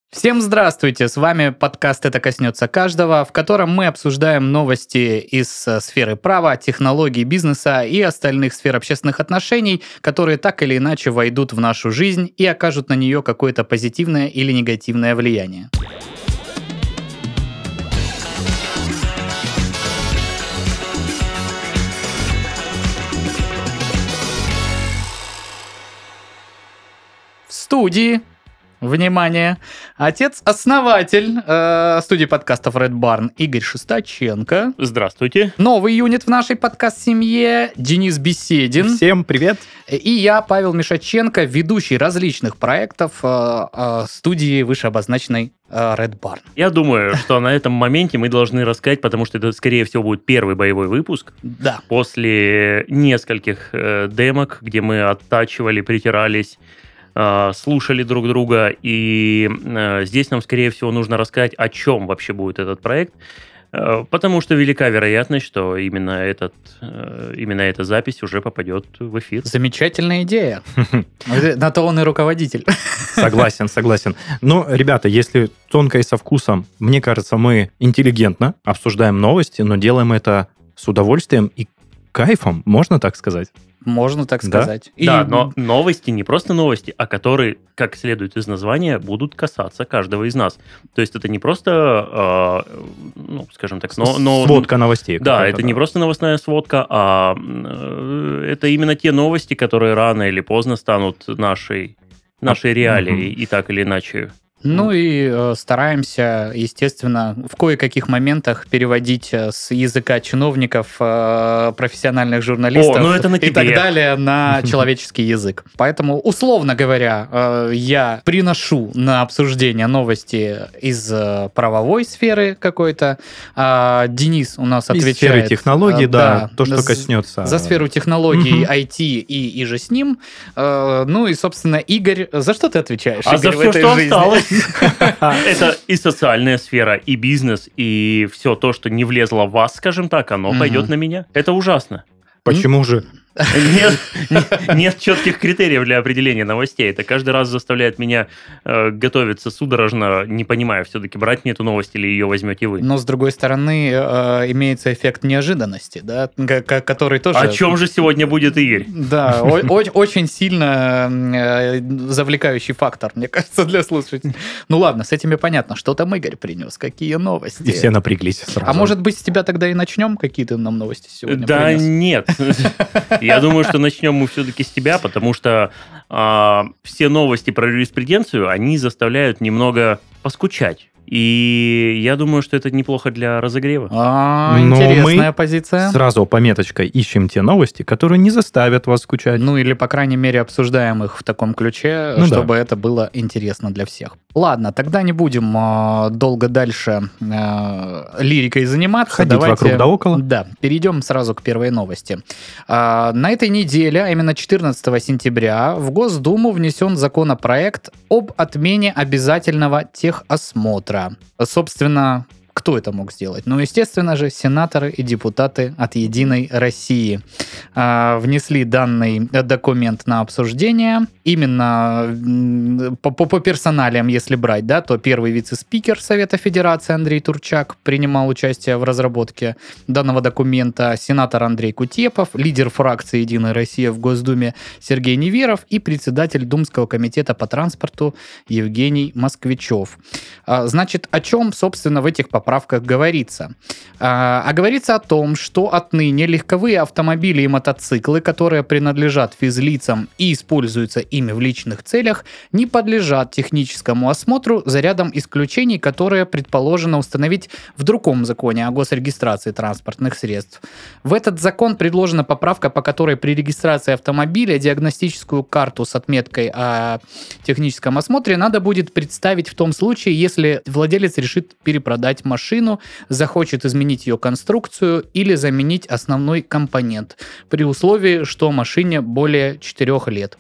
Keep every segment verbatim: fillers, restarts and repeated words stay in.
Всем здравствуйте, с вами подкаст «Это коснется каждого», в котором мы обсуждаем новости из сферы права, технологий, бизнеса и остальных сфер общественных отношений, которые так или иначе войдут в нашу жизнь и окажут на нее какое-то позитивное или негативное влияние. В студии, внимание, отец-основатель э, студии подкастов Red Barn Игорь Шестаченко. Здравствуйте. Новый юнит в нашей подкаст-семье Денис Беседин. Всем привет. И я, Павел Мишаченко, ведущий различных проектов э, э, студии вышеобозначенной э, Red Barn. Я думаю, что на этом моменте мы должны рассказать, потому что это, скорее всего, будет первый боевой выпуск. Да. После нескольких э, демок, где мы оттачивали, притирались, слушали друг друга, и э, здесь нам, скорее всего, нужно рассказать, о чем вообще будет этот проект, э, потому что велика вероятность, что именно, этот, э, именно эта запись уже попадет в эфир. Замечательная идея. На то он и руководитель. Согласен, согласен. Но, ребята, если тонко и со вкусом, мне кажется, мы интеллигентно обсуждаем новости, но делаем это с удовольствием и кайфом, можно так сказать? Можно так сказать. Да, и... да, но новости не просто новости, а которые, как следует из названия, будут касаться каждого из нас. То есть это не просто, э, ну, скажем так... Но, но... Сводка новостей. Да, это да. не просто новостная сводка, а э, это именно те новости, которые рано или поздно станут нашей, нашей реалией, mm-hmm. и так или иначе... Ну и э, стараемся, естественно, в кое-каких моментах переводить с языка чиновников, э, профессиональных журналистов О, ну это на и так далее на человеческий язык. Поэтому, условно говоря, э, я приношу на обсуждение новости из э, правовой сферы какой-то. А Денис у нас отвечает... Из сферы технологий, э, да, да, то, что за, коснется... За сферу технологий, ай ти и, и же с ним. Э, ну и, собственно, Игорь... За что ты отвечаешь, а Игорь, за в все, этой что жизни? Осталось. Это и социальная сфера, и бизнес, и все то, что не влезло в вас, скажем так, оно пойдет на меня. Это ужасно. Почему же? Нет, нет, нет четких критериев для определения новостей. Это каждый раз заставляет меня э, готовиться судорожно, не понимая все-таки, брать мне эту новость или ее возьмете вы. Но, с другой стороны, э, имеется эффект неожиданности, да, к- который тоже... О чем же сегодня будет Игорь? Да, о- о- очень сильно э, завлекающий фактор, мне кажется, для слушателей. Ну ладно, с этими понятно. Что там Игорь принес? Какие новости? И все напряглись сразу. А может быть, с тебя тогда и начнем? Какие ты нам новости сегодня да принес? Нет. Я думаю, что начнем мы все-таки с тебя, потому что э, все новости про юриспруденцию, они заставляют немного поскучать. И я думаю, что это неплохо для разогрева. А, интересная позиция. Сразу пометочкой ищем те новости, которые не заставят вас скучать. Ну, или, по крайней мере, обсуждаем их в таком ключе, ну, чтобы да. это было интересно для всех. Ладно, тогда не будем э, долго дальше э, лирикой заниматься. Ходить Давайте, вокруг да около. Да, перейдем сразу к первой новости. Э, на этой неделе, а именно четырнадцатого сентября, в Госдуму внесен законопроект об отмене обязательного техосмотра. Собственно, кто это мог сделать? Ну, естественно же, сенаторы и депутаты от «Единой России» э, внесли данный документ на обсуждение. Именно по, по, по персоналиям, если брать, да, то первый вице-спикер Совета Федерации Андрей Турчак принимал участие в разработке данного документа, сенатор Андрей Кутепов, лидер фракции «Единая Россия» в Госдуме Сергей Неверов и председатель Думского комитета по транспорту Евгений Москвичев. А, значит, о чем, собственно, в этих поправках поправках говорится. А, а говорится о том, что отныне легковые автомобили и мотоциклы, которые принадлежат физлицам и используются ими в личных целях, не подлежат техническому осмотру за рядом исключений, которые предположено установить в другом законе о госрегистрации транспортных средств. В этот закон предложена поправка, по которой при регистрации автомобиля диагностическую карту с отметкой о техническом осмотре надо будет представить в том случае, если владелец решит перепродать машину, машину, захочет изменить ее конструкцию или заменить основной компонент, при условии, что машине более четырех лет.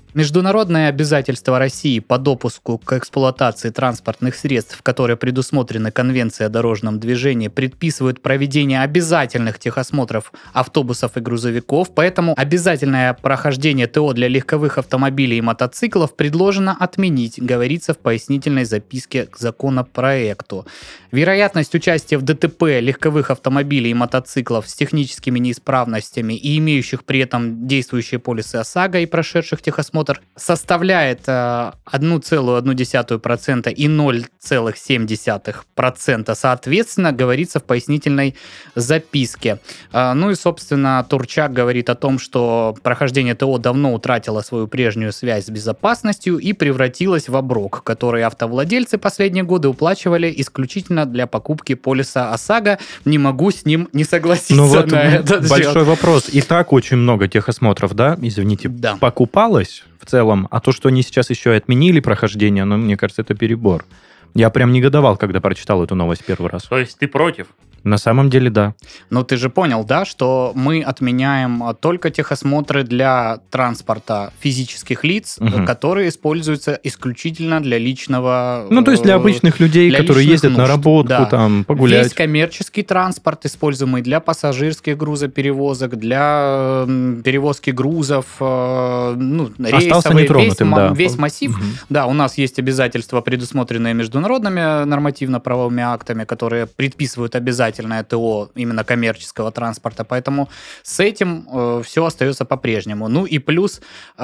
Международные обязательства России по допуску к эксплуатации транспортных средств, которые предусмотрены Конвенцией о дорожном движении, предписывают проведение обязательных техосмотров автобусов и грузовиков, поэтому обязательное прохождение ТО для легковых автомобилей и мотоциклов предложено отменить, говорится в пояснительной записке к законопроекту. Вероятность участия в ДТП легковых автомобилей и мотоциклов с техническими неисправностями и имеющих при этом действующие полисы ОСАГО и прошедших техосмотр составляет э, одна целая одна десятая процента и ноль целых семь десятых процента соответственно, говорится в пояснительной записке. Э, ну и, собственно, Турчак говорит о том, что прохождение ТО давно утратило свою прежнюю связь с безопасностью и превратилось в оброк, который автовладельцы последние годы уплачивали исключительно для покупки полиса ОСАГО. Не могу с ним не согласиться. Ну вот на этот большой счет. вопрос. И так очень много техосмотров, да, извините, Да. покупалось в целом, а то, что они сейчас еще и отменили прохождение, ну, мне кажется, это перебор. Я прям негодовал, когда прочитал эту новость первый раз. То есть ты против? На самом деле, да. Ну, ты же понял, да, что мы отменяем только техосмотры для транспорта физических лиц, Мгм. которые используются исключительно для личного... Ну, то есть для э, обычных людей, для которые личных ездят на нужд, работу, да. там, погулять. Весь коммерческий транспорт, используемый для пассажирских грузоперевозок, для м, перевозки грузов, э, ну, Остался рейсовый, весь, нетронутым, ма- да. весь массив. Мгм. Да, у нас есть обязательства, предусмотренные международными нормативно-правовыми актами, которые предписывают обязательное ТО именно коммерческого транспорта, поэтому с этим э, все остается по-прежнему. Ну и плюс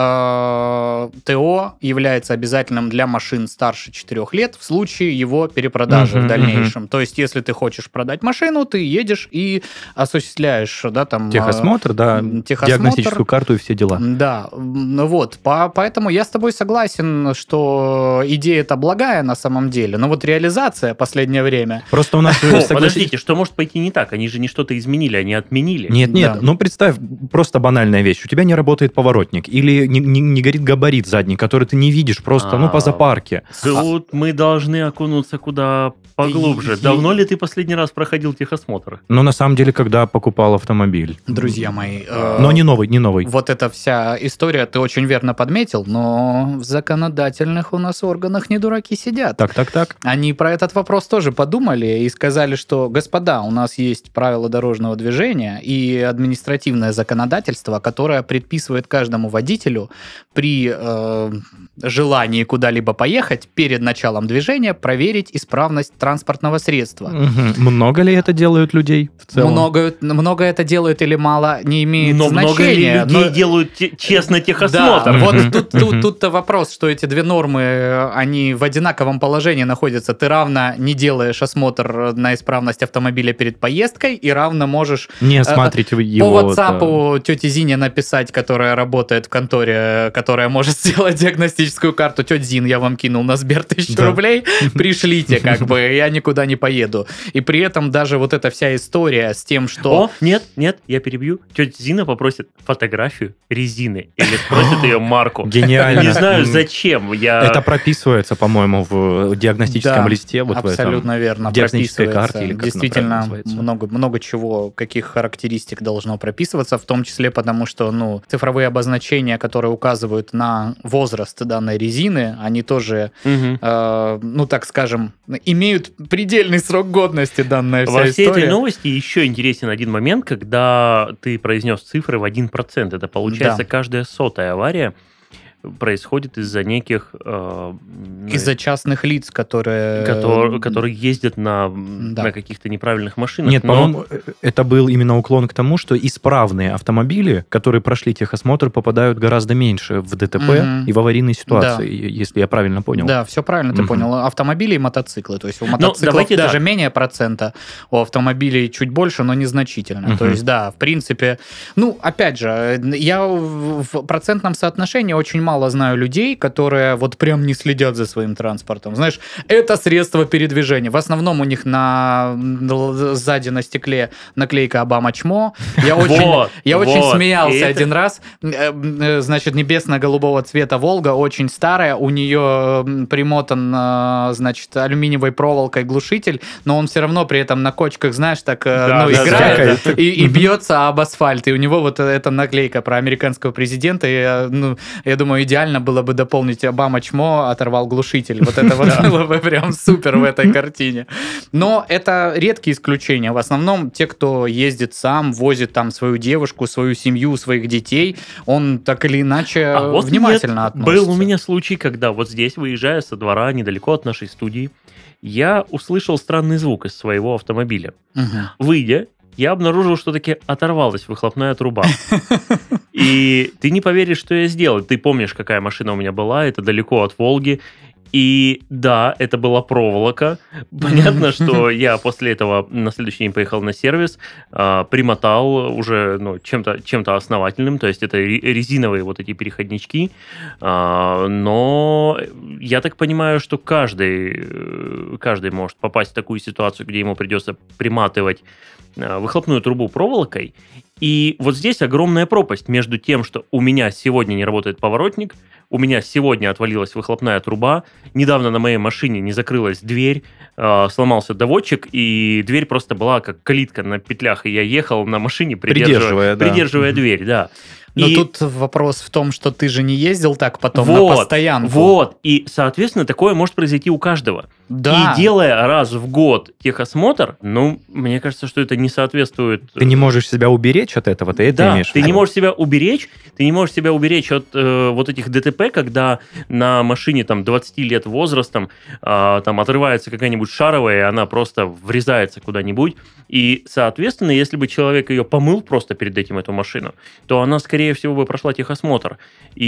э, ТО является обязательным для машин старше четырех лет в случае его перепродажи Мгм, в дальнейшем. То есть, если ты хочешь продать машину, ты едешь и осуществляешь, да, там... э, Техосмотр, да, техосмотр. диагностическую карту и все дела. Да, м, вот, по- поэтому я с тобой согласен, что идея-то благая на самом деле, но вот реализация последнее время... Просто у нас... О, согласитесь- подождите, что может пойти не так? Они же не что-то изменили, они отменили. Нет, нет, Да. ну представь, просто банальная вещь. У тебя не работает поворотник или не, не- не горит габарит задний, который ты не видишь просто, ну, по А. запарке. Тут мы должны окунуться куда поглубже. И- Давно ли ты последний раз проходил техосмотр? Но на самом деле, когда покупал автомобиль. Друзья мои... э, Но не новый, не новый. Вот эта вся история, ты очень верно подметил, но в законодательных у нас органах не дураки сидят. Так, так, так. Они про этот вопрос тоже подумали и сказали, что, господа, у нас есть правила дорожного движения и административное законодательство, которое предписывает каждому водителю при э, желании куда-либо поехать перед началом движения проверить исправность транспортного средства. Мгм. Много ли это делают людей в целом? Много, много это делают или мало, не имеет Но много ли значения. людей но- делают те- честно Да, техосмотр? Мгм. вот тут, тут, Мгм. тут-то вопрос, что эти две нормы, э, они в одинаковом положении находятся. Ты равно не делаешь осмотр на исправность автомобиля перед поездкой и равно можешь Не смотрите вы его. по вот, WhatsApp тете Зине написать, которая работает в конторе, которая может сделать диагностическую карту. Тетя Зин, я вам кинул на Сбер тысячу Да. рублей, пришлите, как бы, я никуда не поеду. И при этом даже вот эта вся история с тем, что... О, нет, нет, я перебью. Тетя Зина попросит фотографию резины или спросит ее марку. Гениально. Не знаю, М. зачем. Я... Это прописывается, по-моему, в диагностическом Да, листе. Вот в этом. абсолютно верно. в диагностической прописывается. карте, или как она Действительно, правильно называется. много, много чего, каких характеристик должно прописываться, в том числе потому, что ну, цифровые обозначения, которые указывают на возраст данной резины, они тоже, Мгм. э, ну так скажем, имеют предельный срок годности, данная вся Во всей история. этой новости еще интересен один момент, когда ты произнес цифры в один процент. Это получается, Да. каждая сотая авария происходит из-за неких... э, Из-за частных лиц, которые... котор- которые ездят на, Да. на каких-то неправильных машинах. Нет, но- по-моему, это был именно уклон к тому, что исправные автомобили, которые прошли техосмотр, попадают гораздо меньше в ДТП Мгм. и в аварийные ситуации, если я правильно понял. Да, все правильно ты Мгм. понял. Автомобили и мотоциклы. То есть у мотоциклов давайте даже так. менее процента, у автомобилей чуть больше, но незначительно. Мгм. То есть, да, в принципе... Ну, опять же, я в в процентном соотношении очень мало знаю людей, которые вот прям не следят за своим транспортом. Знаешь, это средство передвижения. В основном у них на сзади на стекле наклейка «Обама чмо». Я очень, Вот, я очень вот. смеялся И это- один раз. Э, э, Значит, небесно-голубого цвета «Волга», очень старая, у нее м, примотан, э, значит, алюминиевой проволокой глушитель, но он все равно при этом на кочках, знаешь, так э, Да, ну, да, играет да, да. и, и бьется об асфальт. И у него вот эта наклейка про американского президента. И, я, ну, я думаю, думаю, идеально было бы дополнить Обама чмо, оторвал глушитель. Вот это вот было бы прям супер в этой картине. Но это редкие исключения. В основном те, кто ездит сам, возит там свою девушку, свою семью, своих детей, он так или иначе А вот внимательно нет, относится. Был у меня случай, когда вот здесь, выезжая со двора, недалеко от нашей студии, я услышал странный звук из своего автомобиля. Мгм. Выйдя, я обнаружил, что таки оторвалась выхлопная труба. И ты не поверишь, что я сделал. Ты помнишь, какая машина у меня была, это далеко от Волги. И да, это была проволока. Понятно, что я после этого на следующий день поехал на сервис, а, примотал уже ну, чем-то, чем-то основательным, то есть это ре- резиновые вот эти переходнички. А, но я так понимаю, что каждый, э, каждый может попасть в такую ситуацию, где ему придется приматывать а, выхлопную трубу проволокой. И вот здесь огромная пропасть между тем, что у меня сегодня не работает поворотник, у меня сегодня отвалилась выхлопная труба, недавно на моей машине не закрылась дверь, э, сломался доводчик, и дверь просто была как калитка на петлях, и я ехал на машине, придерживая, Придерживая, да. придерживая дверь, да. Но И- тут вопрос в том, что ты же не ездил так потом Вот, на постоянку. Вот, и, соответственно, такое может произойти у каждого. Да. И делая раз в год техосмотр, ну, мне кажется, что это не соответствует... Ты не можешь себя уберечь от этого, ты это Да, имеешь в ты виду? не можешь себя уберечь, ты не можешь себя уберечь от э, вот этих ДТП, когда на машине там двадцать лет возрастом э, там отрывается какая-нибудь шаровая, и она просто врезается куда-нибудь. И, соответственно, если бы человек ее помыл просто перед этим, эту машину, то она, скорее всего, бы прошла техосмотр.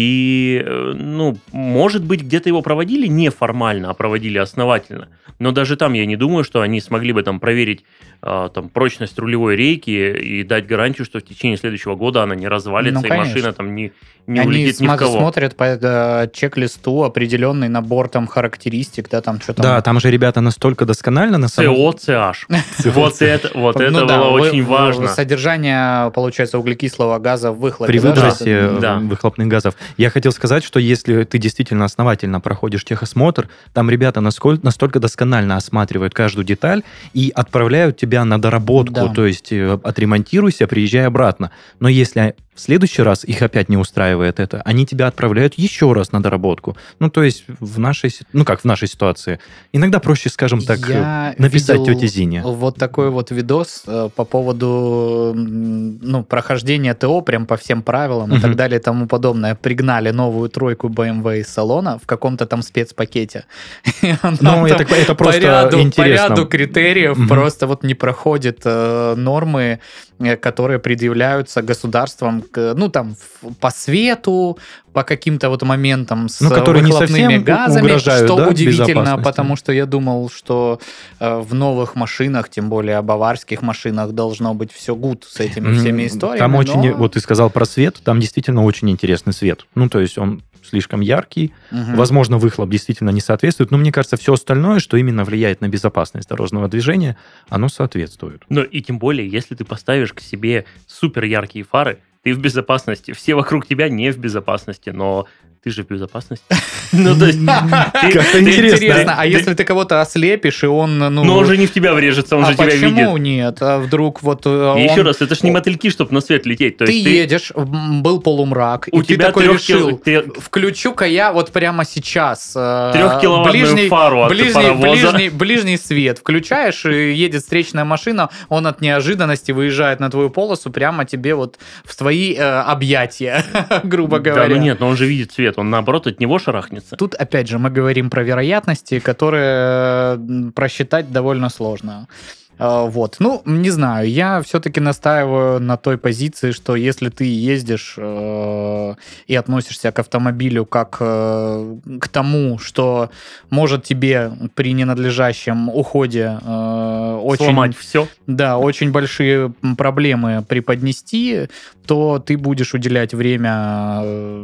И, э, ну, может быть, где-то его проводили неформально, а проводили основательно. Но даже там я не думаю, что они смогли бы там проверить э, там, прочность рулевой рейки и дать гарантию, что в течение следующего года она не развалится, Ну, и конечно. машина там не, не Они улетит ни в сма- кого. смотрят по э, чек-листу определенный набор там характеристик, да, там что там. Да, там же ребята настолько досконально на самом... СО, ЦH. Вот это, вот Ну это да, было вы- очень в- важно. Содержание, получается, углекислого газа в выхлопе. При да, выбросе что-то? Да. выхлопных газов. Я хотел сказать, что если ты действительно основательно проходишь техосмотр, там ребята насколько, настолько досконально осматривают каждую деталь и отправляют тебя на доработку, Да. то есть э, отремонтируйся, приезжай обратно. Но если в следующий раз их опять не устраивает это, они тебя отправляют еще раз на доработку. Ну, то есть в нашей, си- ну как в нашей ситуации, иногда проще, скажем так, Я э, написать видел тете Зине. вот такой вот видос э, по поводу м, ну, прохождения ТО прям по всем правилам и Мгм. так далее и тому подобное. Пригнали новую тройку бэ эм вэ из салона в каком-то там спецпакете. И она Ну, там это, это по просто ряду, по интересно. ряду критериев Мгм. просто вот не проходит э, нормы, э, которые предъявляются государством, к- ну, там, в- по свету, по каким-то вот моментам с Ну, которые не выхлопными совсем газами, угрожают, что да, удивительно, безопасности. потому что я думал, что э, в новых машинах, тем более баварских машинах, должно быть все гуд с этими всеми М, историями. Там очень, но- вот ты сказал про свет, там действительно очень интересный свет. Ну, то есть он слишком яркий, Мгм. возможно, выхлоп действительно не соответствует, но мне кажется, все остальное, что именно влияет на безопасность дорожного движения, оно соответствует. Но и тем более, если ты поставишь к себе супер яркие фары, ты в безопасности. Все вокруг тебя не в безопасности, но ты же в безопасности. Ну, то есть... ты- Как-то ты- интересно. Интересно, а ты- если ты кого-то ослепишь, и он, ну... Но он же не в тебя врежется, он а же тебя почему видит. нет? А вдруг вот э, И еще он- раз, это ж не мотыльки, чтобы на свет лететь. То ты есть едешь, м, был полумрак, у и ты тебя такой трех решил, кил- тре- включу-ка я вот прямо сейчас э, трехкиловаттную ближний, фару от ближний, паровоза. ближний, ближний свет. Включаешь, и едет встречная машина, он от неожиданности выезжает на твою полосу прямо тебе вот в твои э, объятия, грубо Да, говоря. ну нет, но он же видит свет, он наоборот от него шарахнется. Тут, опять же, мы говорим про вероятности, которые м, просчитать довольно сложно. А, Вот. Ну, не знаю, я все-таки настаиваю на той позиции, что если ты ездишь э, и относишься к автомобилю как э, к тому, что может тебе при ненадлежащем уходе э, очень, Сломать все. да, очень большие м, проблемы преподнести, то ты будешь уделять время э,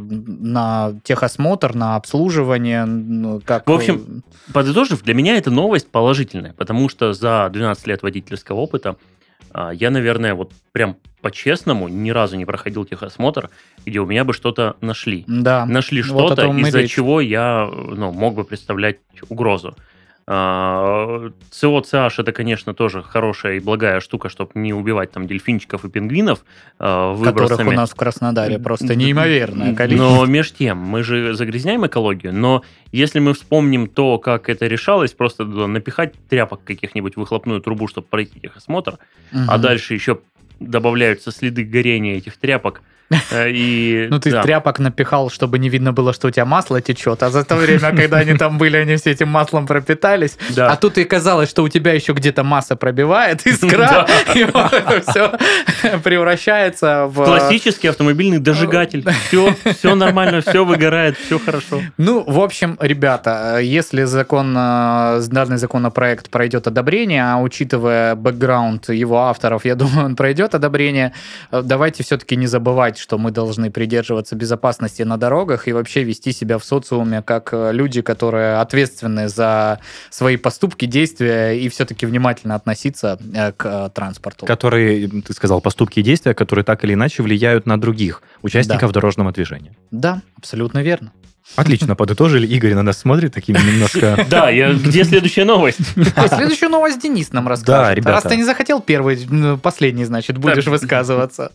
на техосмотр, на обслуживание. ну, Как, В общем, Подытожив, для меня это новость положительная, потому что за двенадцать лет водительского опыта а, я, наверное, вот прям по-честному ни разу не проходил техосмотр, где у меня бы что-то нашли. да. Нашли Вот о что-то, том и из-за речь. чего я ну, мог бы представлять угрозу. А, СО ЦH это, конечно, тоже хорошая и благая штука, чтобы не убивать там дельфинчиков и пингвинов э, выбросами. Которых у нас в Краснодаре просто неимоверное количество. Но меж тем, мы же загрязняем экологию, но если мы вспомним то, как это решалось, просто напихать тряпок каких-нибудь в выхлопную трубу, чтобы пройти техосмотр, угу. а дальше еще добавляются следы горения этих тряпок. И, ну, ты да. тряпок напихал, чтобы не видно было, что у тебя масло течет, а за то время, когда они там были, они все этим маслом пропитались, да. а тут и казалось, что у тебя еще где-то масса пробивает искра, и вот это все превращается в... Классический автомобильный дожигатель. Все, все нормально, все выгорает, все хорошо. Ну, в общем, ребята, если закон, данный законопроект пройдет одобрение, а учитывая бэкграунд его авторов, я думаю, он пройдет одобрение, давайте все-таки не забывать, что мы должны придерживаться безопасности на дорогах и вообще вести себя в социуме как люди, которые ответственны за свои поступки, действия и все-таки внимательно относиться к транспорту. Которые, ты сказал, поступки и действия, которые так или иначе влияют на других участников да. дорожного движения. Да, абсолютно верно. Отлично, подытожили. Игорь на нас смотрит такими немножко... Да, где следующая новость? Следующую новость Денис нам расскажет. Да, ребята. Раз ты не захотел первый, последний, значит, будешь высказываться.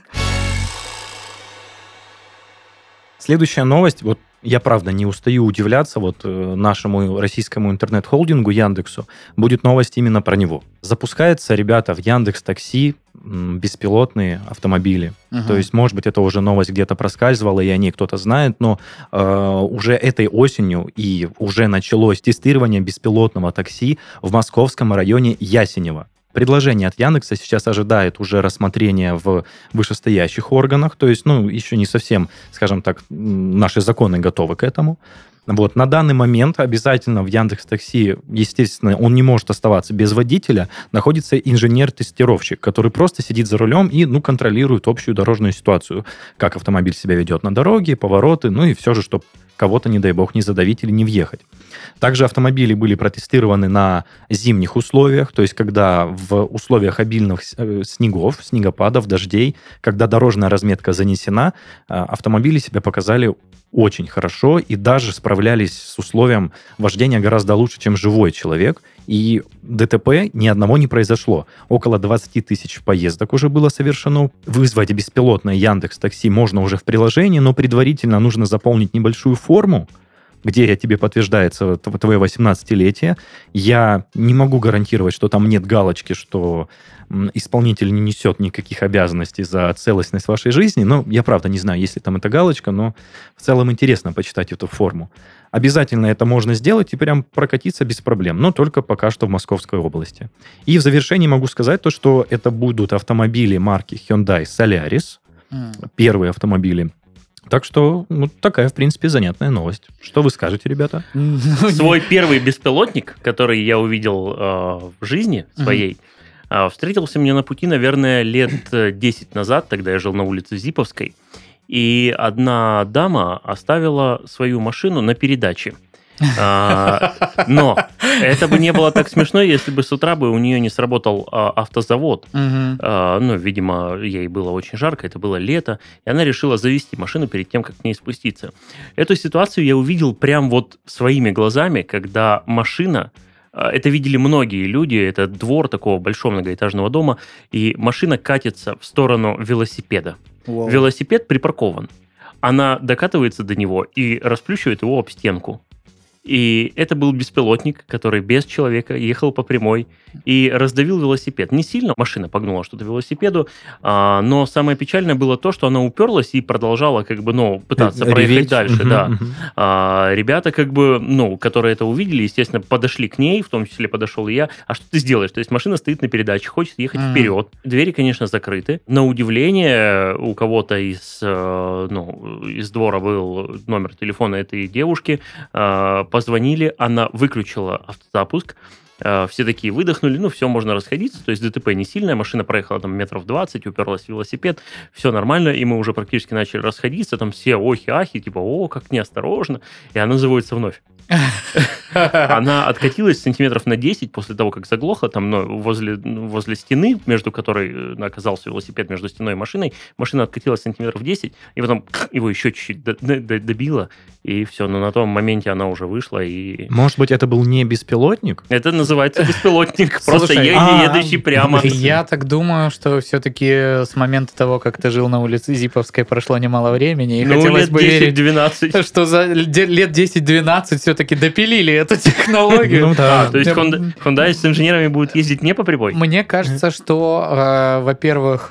Следующая новость, вот я, правда, не устаю удивляться вот нашему российскому интернет-холдингу Яндексу, будет новость именно про него. Запускается, ребята, в Яндекс.Такси беспилотные автомобили. Uh-huh. То есть, может быть, это уже новость где-то проскальзывала, и о ней кто-то знает, но э, уже этой осенью и уже началось тестирование беспилотного такси в московском районе Ясенево. Предложение от Яндекса сейчас ожидает уже рассмотрения в вышестоящих органах, то есть, ну, еще не совсем, скажем так, наши законы готовы к этому. Вот, на данный момент обязательно в Яндекс.Такси, естественно, он не может оставаться без водителя, находится инженер-тестировщик, который просто сидит за рулем и, ну, контролирует общую дорожную ситуацию, как автомобиль себя ведет на дороге, повороты, ну, и все же, чтобы кого-то, не дай бог, не задавить или не въехать. Также автомобили были протестированы на зимних условиях, то есть когда в условиях обильных снегов, снегопадов, дождей, когда дорожная разметка занесена, автомобили себя показали очень хорошо и даже справлялись с условием вождения гораздо лучше, чем живой человек. И ДТП ни одного не произошло. Около двадцать тысяч поездок уже было совершено. Вызвать беспилотное Яндекс.Такси можно уже в приложении, но предварительно нужно заполнить небольшую форму, где тебе подтверждается твое восемнадцатилетие. Я не могу гарантировать, что там нет галочки, что исполнитель не несет никаких обязанностей за целостность вашей жизни, но я, правда, не знаю, есть ли там эта галочка, но в целом интересно почитать эту форму. Обязательно это можно сделать и прям прокатиться без проблем, но только пока что в Московской области. И в завершении могу сказать то, что это будут автомобили марки Hyundai Solaris, mm. первые автомобили. Так что, ну, такая, в принципе, занятная новость. Что вы скажете, ребята? Свой первый беспилотник, который я увидел э, в жизни своей, э, встретился мне на пути, наверное, лет десять назад. Тогда я жил на улице Зиповской. И одна дама оставила свою машину на передаче. А, но это бы не было так смешно, если бы с утра бы у нее не сработал а, автозавод. Uh-huh. А, ну, видимо, ей было очень жарко, это было лето, и она решила завести машину перед тем, как к ней спуститься. Эту ситуацию я увидел прям вот своими глазами, когда машина, это видели многие люди, это двор такого большого многоэтажного дома, и машина катится в сторону велосипеда. Wow. Велосипед припаркован. Она докатывается до него и расплющивает его об стенку. И это был беспилотник, который без человека ехал по прямой и раздавил велосипед. Не сильно машина погнула что-то велосипеду, а, но самое печальное было то, что она уперлась и продолжала как бы, ну, пытаться Реветь. проехать дальше. Uh-huh, да. uh-huh. А, ребята, как бы, ну, которые это увидели, естественно, подошли к ней, в том числе подошел и я. А что ты сделаешь? То есть машина стоит на передаче, хочет ехать uh-huh. вперед. Двери, конечно, закрыты. На удивление, у кого-то из, ну, из двора был номер телефона этой девушки, позвонили, она выключила автозапуск, все такие выдохнули, ну, все, можно расходиться, то есть ДТП не сильное, машина проехала там метров двадцать, уперлась в велосипед, все нормально, и мы уже практически начали расходиться, там все охи-ахи, типа, о, как неосторожно, и она заводится вновь. Она откатилась сантиметров на десять после того, как заглохла, там, ну, возле, возле стены, между которой оказался велосипед, между стеной и машиной, машина откатилась сантиметров десять, и потом его еще чуть-чуть добила, и все, но на том моменте она уже вышла, и... Может быть, это был не беспилотник? Это называется называется беспилотник. Просто Слушай, е- а, едущий прямо. Я так думаю, что все-таки с момента того, как ты жил на улице Зиповской, прошло немало времени, и Ну, хотелось лет бы верить, десять-двенадцать. что за де- лет десять-двенадцать все-таки допилили эту технологию. Ну да. А, то есть Honda, Hyundai с инженерами будет ездить не по прибой? Мне кажется, что, э, во-первых,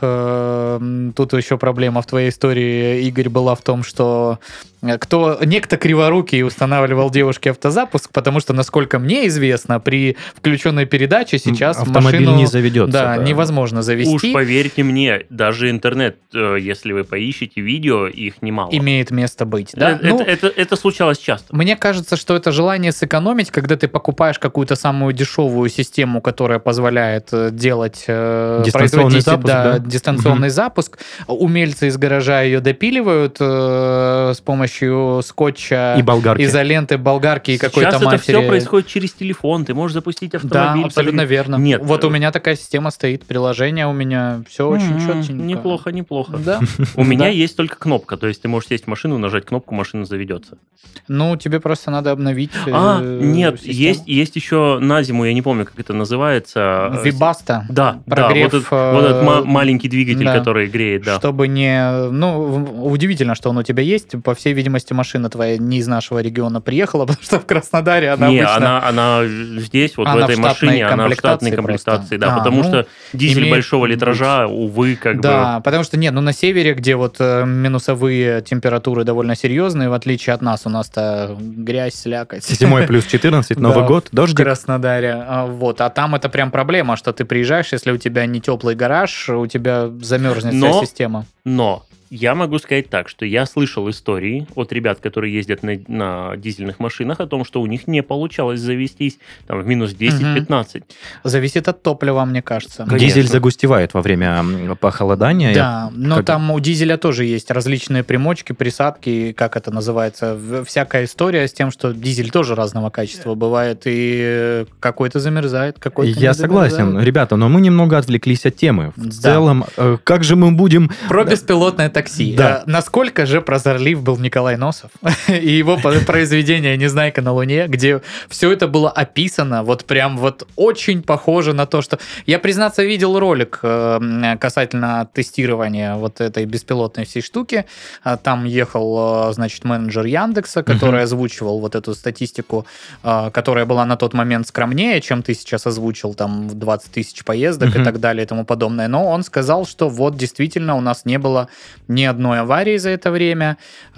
э, тут еще проблема в твоей истории, Игорь, была в том, что кто некто криворукий устанавливал девушке автозапуск, потому что, насколько мне известно, при включенной передаче сейчас автомобиль машину не заведется. да, Да. невозможно завести. Уж поверьте мне, даже интернет, э, если вы поищете видео, их немало. Имеет место быть. Да? Это, Ну, это, это случалось часто. Мне кажется, что это желание сэкономить, когда ты покупаешь какую-то самую дешевую систему, которая позволяет э, делать э, Дистанционный производить, запуск, да, да? дистанционный запуск. Умельцы из гаража ее допиливают э, с помощью скотча, И болгарки. изоленты, болгарки и Сейчас какой-то это матери. все происходит через телефон. Ты можешь запустить Да, автомобиль. абсолютно подгрузить. верно. Нет. Вот у меня такая система стоит, приложение у меня, все очень М, четенько. Неплохо, неплохо. Да. У меня Да. есть только кнопка. То есть ты можешь сесть в машину, нажать кнопку, машина заведется. Ну, тебе просто надо обновить э, А, нет, систему. есть, есть еще на зиму, я не помню, как это называется. Вибаста. Да, Прогрев, да, вот, этот, вот этот ма- э, маленький двигатель, да. который греет, да. Чтобы не... Ну, в- удивительно, что он у тебя есть. По всей видимости, машина твоя не из нашего региона приехала, потому что в Краснодаре она не, обычно... она, она здесь, вот Она в в этой штатной машине, она в штатной комплектации комплектации, просто. да, А, потому ну, что дизель имеет большого быть. литража, увы, как Да, бы... потому что нет, ну на севере, где вот э, минусовые температуры довольно серьезные, в отличие от нас, у нас-то грязь, слякоть. Зимой плюс четырнадцать, Новый Да, год, в дождик. Краснодаре. А, Вот. А там это прям проблема, что ты приезжаешь, если у тебя не теплый гараж, у тебя замерзнет Но- вся система. Но я могу сказать так, что я слышал истории от ребят, которые ездят на, на дизельных машинах, о том, что у них не получалось завестись там, в минус десять-пятнадцать. Зависит от топлива, мне кажется. Конечно. Дизель загустевает во время м, похолодания. Да, но как- там у дизеля тоже есть различные примочки, присадки, как это называется, в- всякая история с тем, что дизель тоже разного качества бывает, и какой-то замерзает, какой-то Я не согласен. замерзает. Ребята, но мы немного отвлеклись от темы. В Да. целом, э, как же мы будем... Про беспилотное такси. Да. Э, Насколько же прозорлив был Николай Носов и его по- произведение «Незнайка на Луне», где все это было описано, вот прям вот очень похоже на то, что... Я, признаться, видел ролик э, касательно тестирования вот этой беспилотной всей штуки. А Там ехал, э, значит, менеджер Яндекса, который озвучивал вот эту статистику, э, которая была на тот момент скромнее, чем ты сейчас озвучил, там, в двадцать тысяч поездок и Мгм. так далее и тому подобное. Но он сказал, что вот действительно у нас не было ни одной аварии за это время.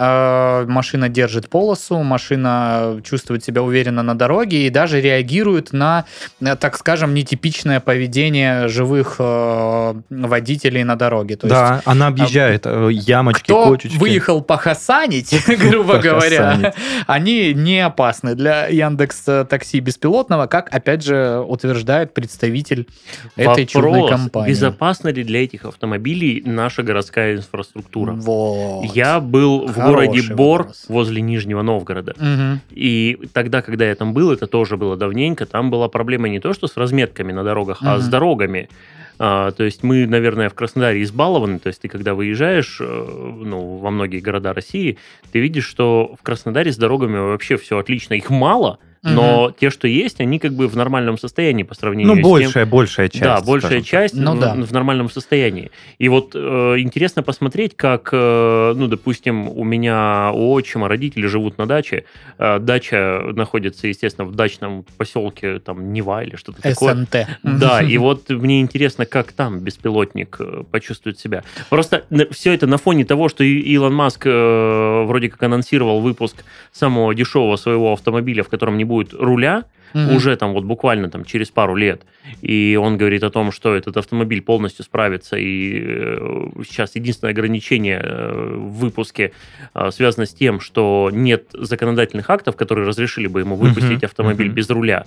Э, Машина держит полосу, машина чувствует себя уверенно на дороге и даже реагирует на, э, так скажем, нетипичное поведение живых э, водителей на дороге. То есть Да, она объезжает э, ямочки, кто кочечки. выехал похасанить, грубо говоря, Похасанить. они не опасны для Яндекс Такси беспилотного, как, опять же, утверждает представитель этой чудной Вопрос, компании. безопасна ли для этих автомобилей наша городская инфраструктура? Вот. Я был в Хороший городе Бор вопрос. возле Нижнего Новгорода. Мгм. И тогда, когда я там был, это тоже было давненько, там была проблема не то, что с разметками на дорогах, а Мгм. с дорогами. А, то есть мы, наверное, в Краснодаре избалованы, то есть ты когда выезжаешь э, ну, во многие города России, ты видишь, что в Краснодаре с дорогами вообще все отлично, их мало, но те, что есть, они как бы в нормальном состоянии по сравнению Ну, с тем, большая, большая часть. да, большая скажем так. часть Ну в, да. в нормальном состоянии. И вот э, интересно посмотреть, как, э, ну, допустим, у меня у отчима родители живут на даче. Э, дача находится, естественно, в дачном поселке, там, Нева или что-то такое. СНТ. Да, и вот мне интересно, как там беспилотник э, почувствует себя. Просто все это на фоне того, что и- Илон Маск э, вроде как анонсировал выпуск самого дешевого своего автомобиля, в котором не будет руля, Мгм. уже там вот буквально там через пару лет. И он говорит о том, что этот автомобиль полностью справится. И э, сейчас единственное ограничение э, в выпуске э, связано с тем, что нет законодательных актов, которые разрешили бы ему выпустить Мгм, автомобиль мгм. без руля,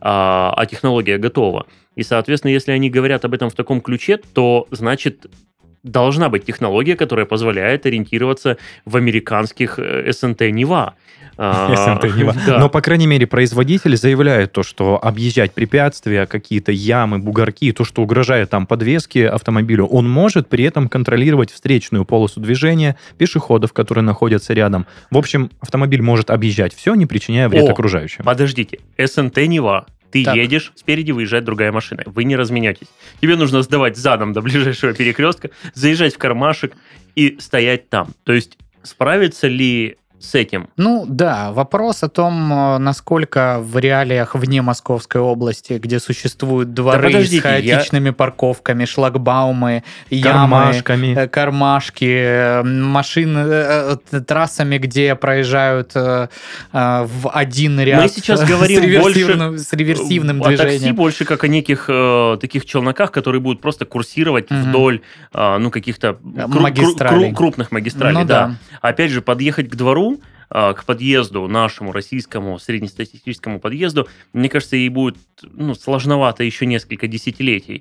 а, а технология готова. И, соответственно, если они говорят об этом в таком ключе, то значит должна быть технология, которая позволяет ориентироваться в американских э, эс эн тэ Нева. А, СНТ Нева. да. Но, по крайней мере, производитель заявляет то, что объезжать препятствия, какие-то ямы, бугорки, то, что угрожает там подвеске автомобилю, он может при этом контролировать встречную полосу движения, пешеходов, которые находятся рядом. В общем, автомобиль может объезжать все, не причиняя вред О, окружающим. Подождите, эс эн тэ Нева Ты Так. едешь, спереди выезжает другая машина. Вы не разменетесь. Тебе нужно сдавать задом до ближайшего перекрестка, заезжать в кармашек и стоять там. То есть справится ли с этим? Ну да, вопрос о том, э, насколько в реалиях вне Московской области, где существуют дворы подождите, с хаотичными парковками, шлагбаумы, ямы, Кармашками. э, кармашки, э, машины, э, э, трассами, где проезжают э, э, в один ряд сейчас э, говорим с реверсивным, с реверсивным о такси движением. больше как о неких э, таких челноках, которые будут просто курсировать Мгм. вдоль э, ну, каких-то кру- Магистралей. кру- крупных магистралей. Ну да. Опять же, подъехать к двору, э, к подъезду нашему российскому среднестатистическому подъезду, мне кажется, ей будет ну, сложновато еще несколько десятилетий.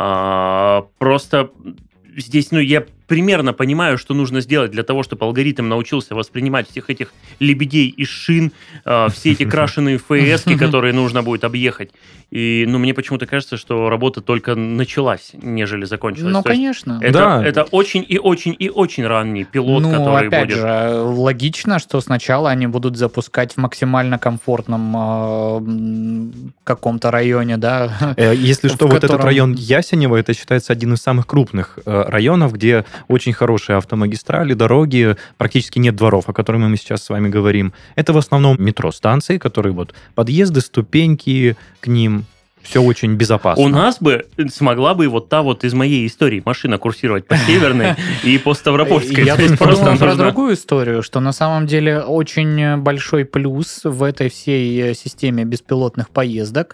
А, просто здесь, ну, я примерно понимаю, что нужно сделать для того, чтобы алгоритм научился воспринимать всех этих лебедей из шин, э, все эти крашеные ФСки, которые нужно будет объехать. И, ну, мне почему-то кажется, что работа только началась, нежели закончилась. Ну, То есть конечно. Это, Да. это очень и очень и очень ранний пилот, Ну, который опять будет... же, логично, что сначала они будут запускать в максимально комфортном э, м, каком-то районе, да. Э, Если в что, вот этот котором- район Ясенево, это считается один из самых крупных э, районов, где очень хорошие автомагистрали, дороги, практически нет дворов, о которых мы сейчас с вами говорим. Это в основном метро-станции, которые вот подъезды, ступеньки к ним. Все очень безопасно. У нас бы смогла бы вот та вот из моей истории машина курсировать по Северной и по Ставропольской. Я То есть тут подумал про нужно- другую историю, что на самом деле очень большой плюс в этой всей системе беспилотных поездок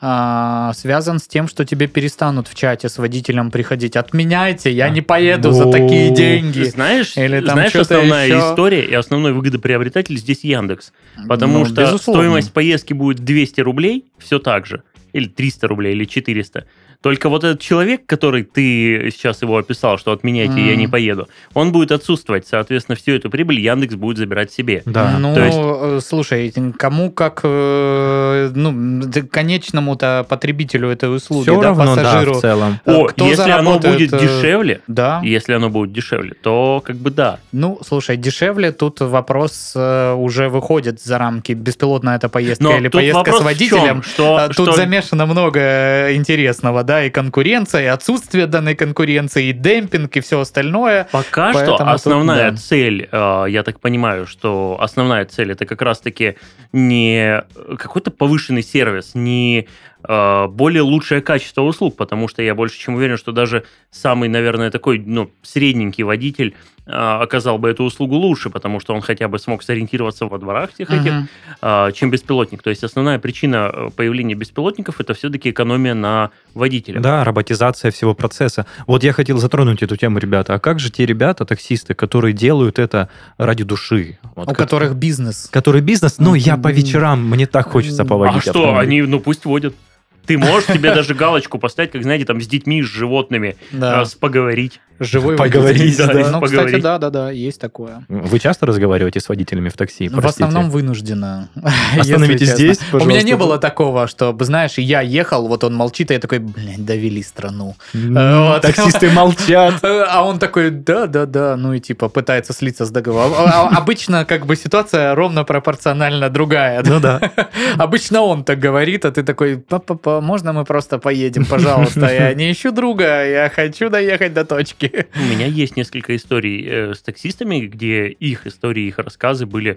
а, связан с тем, что тебе перестанут в чате с водителем приходить. Отменяйте, я не поеду за такие О, деньги. Знаешь, Или там знаешь что-то основная еще. история и основной выгодоприобретатель здесь Яндекс. Потому Ну, что безусловно. стоимость поездки будет двести рублей, все так же. Или триста рублей, или четыреста. Только вот этот человек, который ты сейчас его описал, что отменяйте, я не Мгм. поеду, он будет отсутствовать. Соответственно, всю эту прибыль Яндекс будет забирать себе. Да. Ну, То есть- э, слушай, кому как, э, ну, д- конечному-то потребителю этой услуги, Все да, равно, да, пассажиру. в целом. Э, О, кто если оно заработает, будет э, дешевле, Да. если оно будет дешевле, то как бы да. Ну, слушай, дешевле тут вопрос э, уже выходит за рамки. Беспилотная это поездка Но или тут поездка вопрос с в водителем. чем? Что, А, Тут что- замешано много интересного, да, и конкуренция, и отсутствие данной конкуренции, и демпинг, и все остальное. Пока Поэтому что тут, основная да. цель, э, я так понимаю, что основная цель это как раз-таки не какой-то повышенный сервис, не э, более лучшее качество услуг, потому что я больше чем уверен, что даже самый, наверное, такой ну, средненький водитель э, оказал бы эту услугу лучше, потому что он хотя бы смог сориентироваться во дворах всех этих, Мгм. э, чем беспилотник. То есть основная причина э, появления беспилотников это все-таки экономия на водителях. Да, роботизация всего процесса. Вот я хотел затронуть эту тему, ребята. А как же те ребята, таксисты, которые делают это ради души? Вот У как- которых бизнес. Который бизнес, ну, я по М. вечерам, мне так хочется А поводить. А что, автомобиль. они, ну пусть водят. Ты можешь себе даже галочку поставить, как, знаете, там с детьми, с животными, Да. э, с поговорить. Живой Поговорить, водитель. да, Ну, кстати, поговорить. да, да, да, есть такое. Вы часто разговариваете с водителями в такси? В Простите. основном вынужденно. Остановитесь если здесь, честно. У меня не пожалуйста. было такого, чтобы, знаешь, я ехал, вот он молчит, а я такой, блядь, довели страну. М, Э, вот. Таксисты молчат. Э, А он такой, да-да-да, ну и типа пытается слиться с договором. А- а- Обычно как бы ситуация ровно пропорционально другая. Ну да. Обычно он так говорит, а ты такой, папа, можно мы просто поедем, пожалуйста? Я не ищу друга, я хочу доехать до точки. У меня есть несколько историй э, с таксистами, где их истории, их рассказы были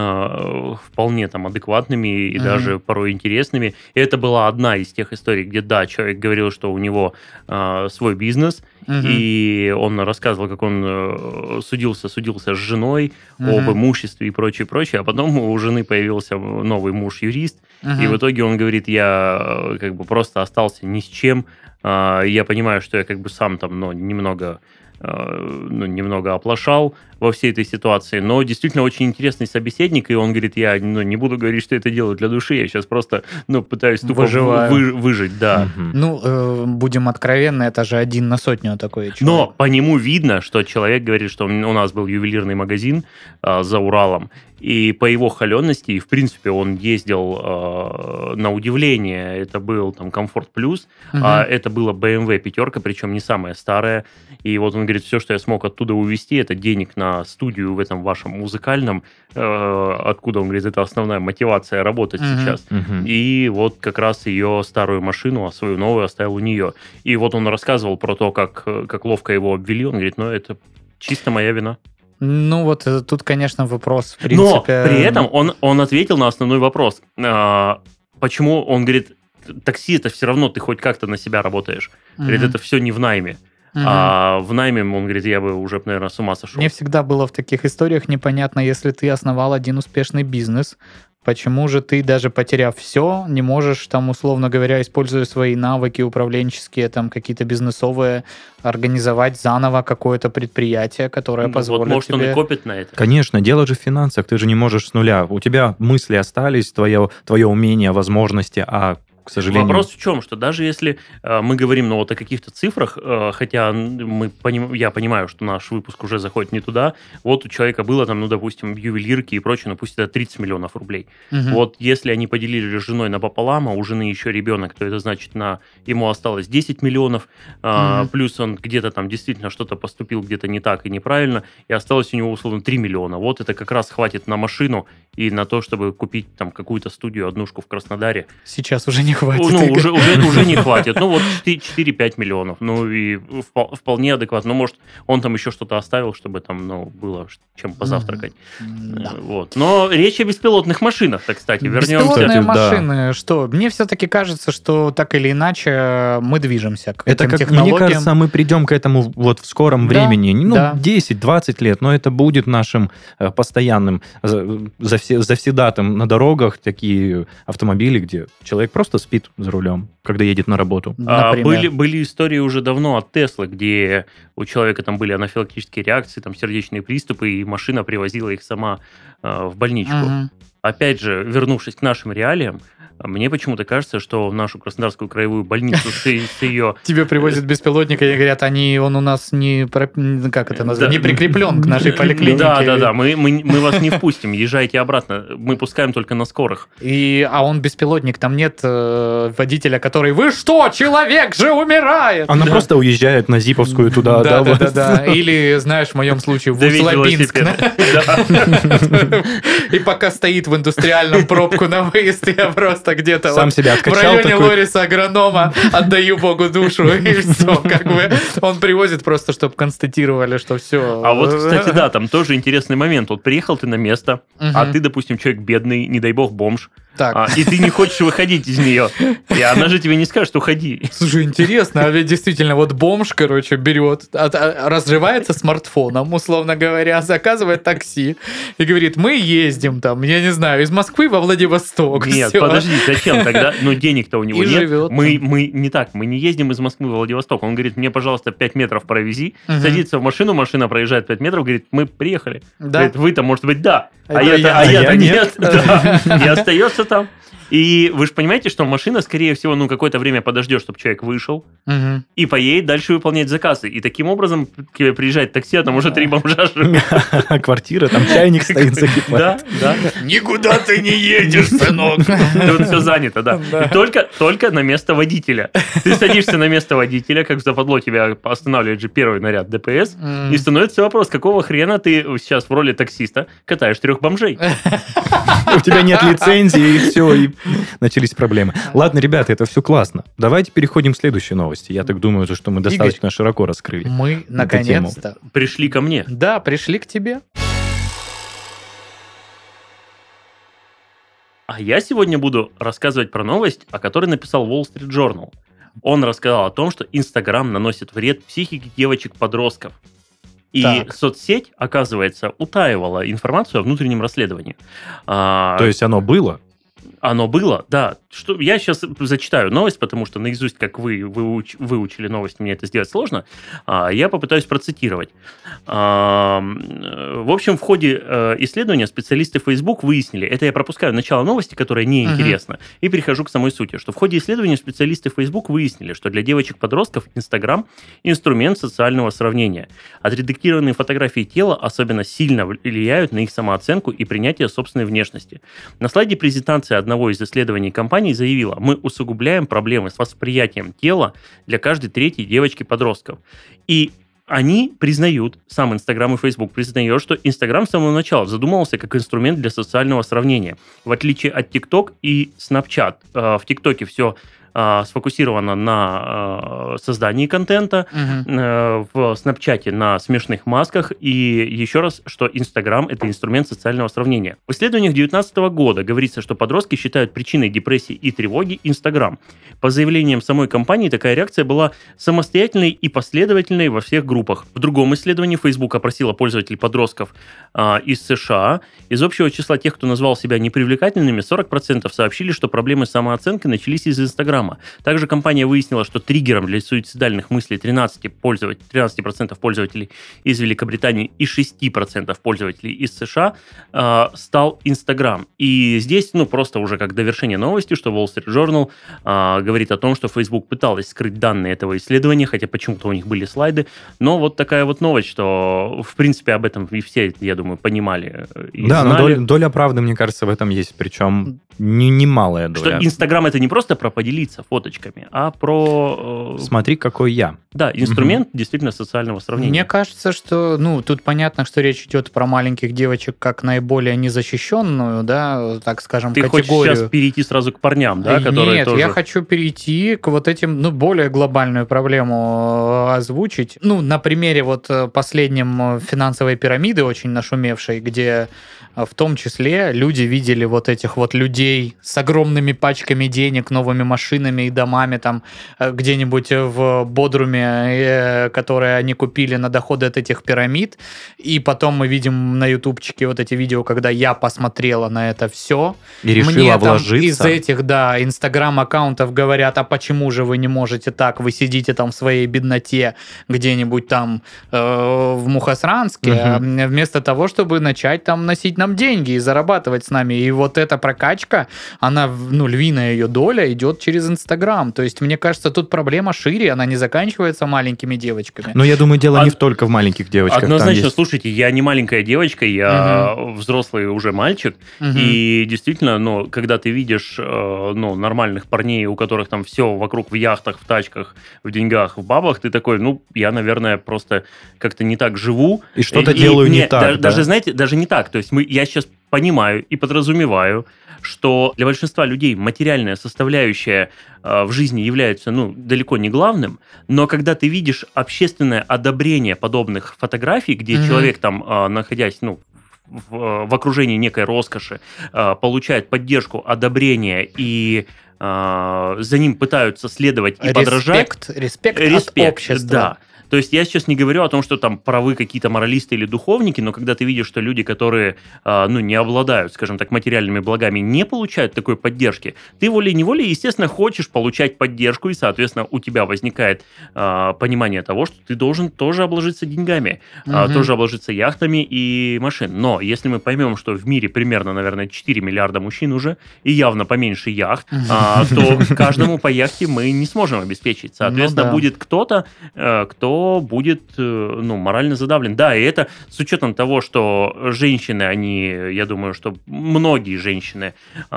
э, вполне там адекватными и Мгм. даже порой интересными. И это была одна из тех историй, где, да, человек говорил, что у него э, свой бизнес, Мгм. и он рассказывал, как он э, судился, судился с женой Мгм. об имуществе и прочее, прочее, а потом у жены появился новый муж-юрист, и Мгм. в итоге он говорит, я э, как бы просто остался ни с чем. А, Я понимаю, что я как бы сам там, ну, немного, э, ну, немного оплошал во всей этой ситуации, но действительно очень интересный собеседник, и он говорит, я ну, не буду говорить, что это делаю для души, я сейчас просто ну, пытаюсь тупо Выживаю. вы- выжить, да. Мгм. Ну, э, будем откровенны, это же один на сотню такой человек. Но по нему видно, что человек говорит, что у нас был ювелирный магазин а, за Уралом, и по его холенности, и в принципе он ездил а, на удивление, это был там Комфорт Плюс, Мгм. а это это была бэ эм вэ пятерка, причем не самая старая. И вот он говорит, все, что я смог оттуда увезти, это денег на студию в этом вашем музыкальном, э, откуда, он говорит, это основная мотивация работать Мгм. сейчас. Мгм. И вот как раз ее старую машину, а свою новую оставил у нее. И вот он рассказывал про то, как, как ловко его обвели. Он говорит, ну, это чисто моя вина. Ну, вот э, тут, конечно, вопрос, в принципе... Но при этом он, он ответил на основной вопрос. А, почему, он говорит, такси это все равно ты хоть как-то на себя работаешь. Мгм. Говорит, это все не в найме. Мгм. А в найме, он говорит, я бы уже, наверное, с ума сошел. Мне всегда было в таких историях непонятно, если ты основал один успешный бизнес, почему же ты, даже потеряв все, не можешь, там, условно говоря, используя свои навыки управленческие, там, какие-то бизнесовые, организовать заново какое-то предприятие, которое Ну, позволит вот, может, тебе... он и копит на это. Конечно, дело же в финансах, ты же не можешь с нуля. У тебя мысли остались, твое, твое умение, возможности, а, к сожалению... Вопрос в чем, что даже если э, мы говорим ну, вот о каких-то цифрах, э, хотя мы поним, я понимаю, что наш выпуск уже заходит не туда, вот у человека было там, ну, допустим, ювелирки и прочее, ну, пусть это тридцать миллионов рублей. Мгм. Вот если они поделили с женой напополам, а у жены еще ребенок, то это значит, на ему осталось десять миллионов, а, Мгм. плюс он где-то там действительно что-то поступил где-то не так и неправильно, и осталось у него, условно, три миллиона. Вот это как раз хватит на машину и на то, чтобы купить там какую-то студию, однушку в Краснодаре. Сейчас уже не хватит. Ну, Игорь. уже, уже, уже не хватит. Ну, вот четыре-пять миллионов. Ну, и впол- вполне адекватно. Ну, может, он там еще что-то оставил, чтобы там, ну, было чем позавтракать. М, да. Э, Вот. Но речь о беспилотных машинах, так, кстати. Вернемся. Беспилотные Кстати, да. машины, что? Мне все-таки кажется, что так или иначе мы движемся к Это, этим как технологиям. мне кажется, мы придем к этому вот в скором Да, времени. Ну, да. десять-двадцать лет, но это будет нашим э, постоянным за- завсе- завсегдатым на дорогах такие автомобили, где человек просто спит за рулем, когда едет на работу. А, Например. были, были истории уже давно от Теслы, где у человека там были анафилактические реакции, там сердечные приступы, и машина привозила их сама э, в больничку. Мгм. Опять же, вернувшись к нашим реалиям, мне почему-то кажется, что в нашу Краснодарскую краевую больницу с, с ее... Тебе привозят беспилотника и говорят, они, он у нас не, про- как это назвать, Да. не прикреплен к нашей поликлинике. Да, да, да, мы, мы, мы вас не впустим, езжайте обратно, мы пускаем только на скорых. И, а он беспилотник, там нет э, водителя, который, вы что, человек же умирает! Она Да. просто уезжает на Зиповскую туда, да, да, да, вот. да, да. Или, знаешь, в моем случае, в Давить Усть-Лабинск. велосипед. Да. И пока стоит в индустриальном пробку на выезд, я просто где-то Сам вот себя в откачал районе такой. Лориса агронома отдаю Богу душу, и все, как бы. Он привозит просто, чтобы констатировали, что все. А вот, кстати, да, там тоже интересный момент. Вот приехал ты на место, а ты, допустим, человек бедный, не дай бог, бомж, Так, а, и ты не хочешь выходить из нее. И она же тебе не скажет, уходи. слушай, интересно, а ведь действительно, вот бомж, короче, берет, от- а- разрывается смартфоном, условно говоря, заказывает такси и говорит, мы ездим там, я не знаю, из Москвы во Владивосток. Нет, Всё. подожди, зачем тогда? Ну, денег-то у него И нет. живет Мы, там. мы не так, мы не ездим из Москвы в Владивосток. Он говорит, мне, пожалуйста, пять метров провези. Мгм. Садится в машину, машина проезжает пять метров, говорит, мы приехали. Да. Говорит, вы-то, может быть, да. А Это я-то, я. а А я-то я нет. Да. И остается там. И вы же понимаете, что машина, скорее всего, ну, какое-то время подождет, чтобы человек вышел, Мгм. и поедет дальше выполнять заказы. И таким образом к тебе приезжает такси, а там уже три бомжа живут. Квартира, там чайник стоит, закипает. Да, да. Никуда ты не едешь, сынок. Тут все занято, да. Да. И только, только на место водителя. Ты садишься на место водителя, как в западло тебя останавливает же первый наряд ДПС, М. и становится вопрос, какого хрена ты сейчас в роли таксиста катаешь трех бомжей? У тебя нет лицензии, и все, и начались проблемы. Ладно, ребята, это все классно. Давайте переходим к следующей новости. Я так думаю, что мы достаточно широко раскрыли. Мы, наконец-то, Пришли ко мне. да, пришли к тебе. А я сегодня буду рассказывать про новость, о которой написал Wall Street Journal. Он рассказал о том, что Инстаграм наносит вред психике девочек-подростков. И Так. соцсеть, оказывается, утаивала информацию о внутреннем расследовании. А, То есть оно было? Оно было, да. Что, я сейчас зачитаю новость, потому что наизусть, как вы выуч- выучили новость, мне это сделать сложно. А, я попытаюсь процитировать. А, в общем, в ходе э, исследования специалисты Facebook выяснили, это я пропускаю начало новости, которая неинтересна, и перехожу к самой сути, что в ходе исследования специалисты Facebook выяснили, что для девочек-подростков Instagram – инструмент социального сравнения. Отредактированные фотографии тела особенно сильно влияют на их самооценку и принятие собственной внешности. На слайде презентации одной одного из исследований компании заявила: мы усугубляем проблемы с восприятием тела для каждой третьей девочки-подростков. И они признают, сам Инстаграм и Фейсбук признают, что Инстаграм с самого начала задумывался как инструмент для социального сравнения. В отличие от ТикТок и Снапчат. В ТикТоке все сфокусировано на создании контента, uh-huh. в Снапчате на смешных масках, и еще раз, что Инстаграм – это инструмент социального сравнения. В исследованиях две тысячи девятнадцатого года говорится, что подростки считают причиной депрессии и тревоги Инстаграм. По заявлениям самой компании, такая реакция была самостоятельной и последовательной во всех группах. В другом исследовании Facebook опросила пользователей подростков а, из США. Из общего числа тех, кто назвал себя непривлекательными, сорок процентов сообщили, что проблемы с самооценкой начались из Инстаграма. Также компания выяснила, что триггером для суицидальных мыслей тринадцать процентов, тринадцать процентов пользователей из Великобритании и шесть процентов пользователей из США э, стал Инстаграм. И здесь, ну, просто уже как довершение новости, что Wall Street Journal э, говорит о том, что Facebook пыталась скрыть данные этого исследования, хотя почему-то у них были слайды. Но вот такая вот новость, что, в принципе, об этом и все, я думаю, понимали и да, знали. но доля, доля правды, мне кажется, в этом есть. Причем немалая не доля. Что Инстаграм — это не просто про поделиться фоточками, а про... Э... Смотри, какой я. Да, инструмент угу. действительно социального сравнения. Мне кажется, что, ну, тут понятно, что речь идет про маленьких девочек как наиболее незащищенную, да, так скажем, Ты категорию. Ты хочешь сейчас перейти сразу к парням, да, которые Нет, тоже... я хочу перейти к вот этим, ну, более глобальную проблему озвучить. Ну, на примере вот последнем финансовой пирамиды, очень нашумевшей, где в том числе люди видели вот этих вот людей с огромными пачками денег, новыми машинами и домами там где-нибудь в Бодруме, которые они купили на доходы от этих пирамид. И потом мы видим на ютубчике вот эти видео, когда я посмотрела на это все. И решила Мне вложиться. Там из этих, да, инстаграм-аккаунтов говорят: а почему же вы не можете так? Вы сидите там в своей бедноте где-нибудь там э, в Мухосранске, угу. вместо того, чтобы начать там носить нам деньги и зарабатывать с нами. И вот эта прокачка, она, ну, львиная ее доля идет через Инстаграм. То есть, мне кажется, тут проблема шире, она не заканчивается маленькими девочками. Но я думаю, дело Од... не только в маленьких девочках. Однозначно, есть... слушайте, я не маленькая девочка, я угу. взрослый уже мальчик, угу. и действительно, ну, когда ты видишь, ну, нормальных парней, у которых там все вокруг в яхтах, в тачках, в деньгах, в бабах, ты такой: ну, я, наверное, просто как-то не так живу. И что-то и, делаю и, не, не так, даже, да? Даже, знаете, даже не так. То есть мы, я сейчас понимаю и подразумеваю, что для большинства людей материальная составляющая э, в жизни является, ну, далеко не главным, но когда ты видишь общественное одобрение подобных фотографий, где mm-hmm. человек там, э, находясь, ну, в, в окружении некой роскоши, э, получает поддержку, одобрение и э, за ним пытаются следовать и респект, подражать. Респект, респект от общества. Да. То есть я сейчас не говорю о том, что там правы какие-то моралисты или духовники, но когда ты видишь, что люди, которые, э, ну, не обладают, скажем так, материальными благами, не получают такой поддержки, ты волей-неволей, естественно, хочешь получать поддержку, и, соответственно, у тебя возникает э, понимание того, что ты должен тоже обложиться деньгами, угу. э, тоже обложиться яхтами и машин. Но если мы поймем, что в мире примерно, наверное, четыре миллиарда мужчин уже, и явно поменьше яхт, э, то каждому по яхте мы не сможем обеспечить. Соответственно, ну, да. будет кто-то, э, кто будет, ну, морально задавлен. Да, и это с учетом того, что женщины, они, я думаю, что многие женщины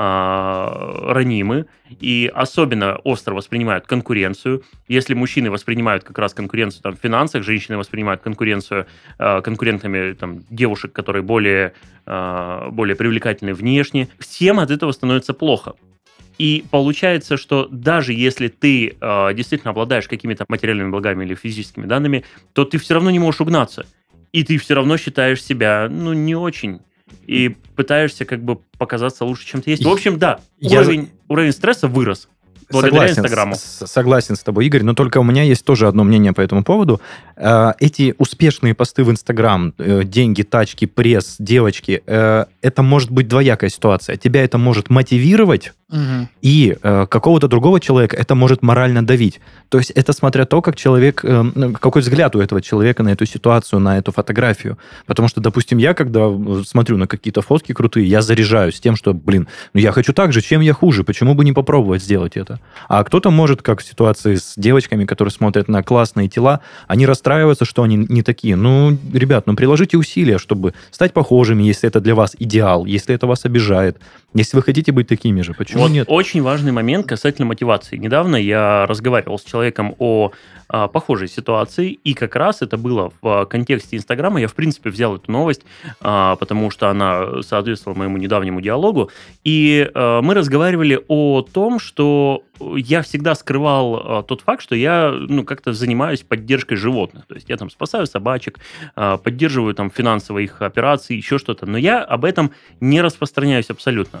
э, ранимы и особенно остро воспринимают конкуренцию. Если мужчины воспринимают как раз конкуренцию там, в финансах, женщины воспринимают конкуренцию э, конкурентами там, девушек, которые более, э, более привлекательны внешне, всем от этого становится плохо. И получается, что даже если ты э, действительно обладаешь какими-то материальными благами или физическими данными, то ты все равно не можешь угнаться. И ты все равно считаешь себя, ну, не очень. И пытаешься как бы показаться лучше, чем ты есть. В общем, да, Я... уровень, уровень стресса вырос. Благодаря согласен, Инстаграму. С, согласен с тобой, Игорь, но только у меня есть тоже одно мнение по этому поводу. Эти успешные посты в Инстаграм, деньги, тачки, пресс, девочки, это может быть двоякая ситуация. Тебя это может мотивировать, угу. и какого-то другого человека это может морально давить. То есть это смотря то, как человек, какой взгляд у этого человека на эту ситуацию, на эту фотографию. Потому что, допустим, я, когда смотрю на какие-то фотки крутые, я заряжаюсь тем, что, блин, ну я хочу так же, чем я хуже, почему бы не попробовать сделать это? А кто-то может, как в ситуации с девочками, которые смотрят на классные тела, они расстраиваются, что они не такие. Ну, ребят, ну приложите усилия, чтобы стать похожими, если это для вас идеал, если это вас обижает. Если вы хотите быть такими же, почему вот нет? Очень важный момент касательно мотивации. Недавно я разговаривал с человеком о а, похожей ситуации, и как раз это было в контексте Инстаграма. Я, в принципе, взял эту новость, а, потому что она соответствовала моему недавнему диалогу, и а, мы разговаривали о том, что я всегда скрывал а, тот факт, что я ну, как-то занимаюсь поддержкой животных. То есть я там спасаю собачек, а, поддерживаю там финансово их операции, еще что-то, но я об этом не распространяюсь абсолютно.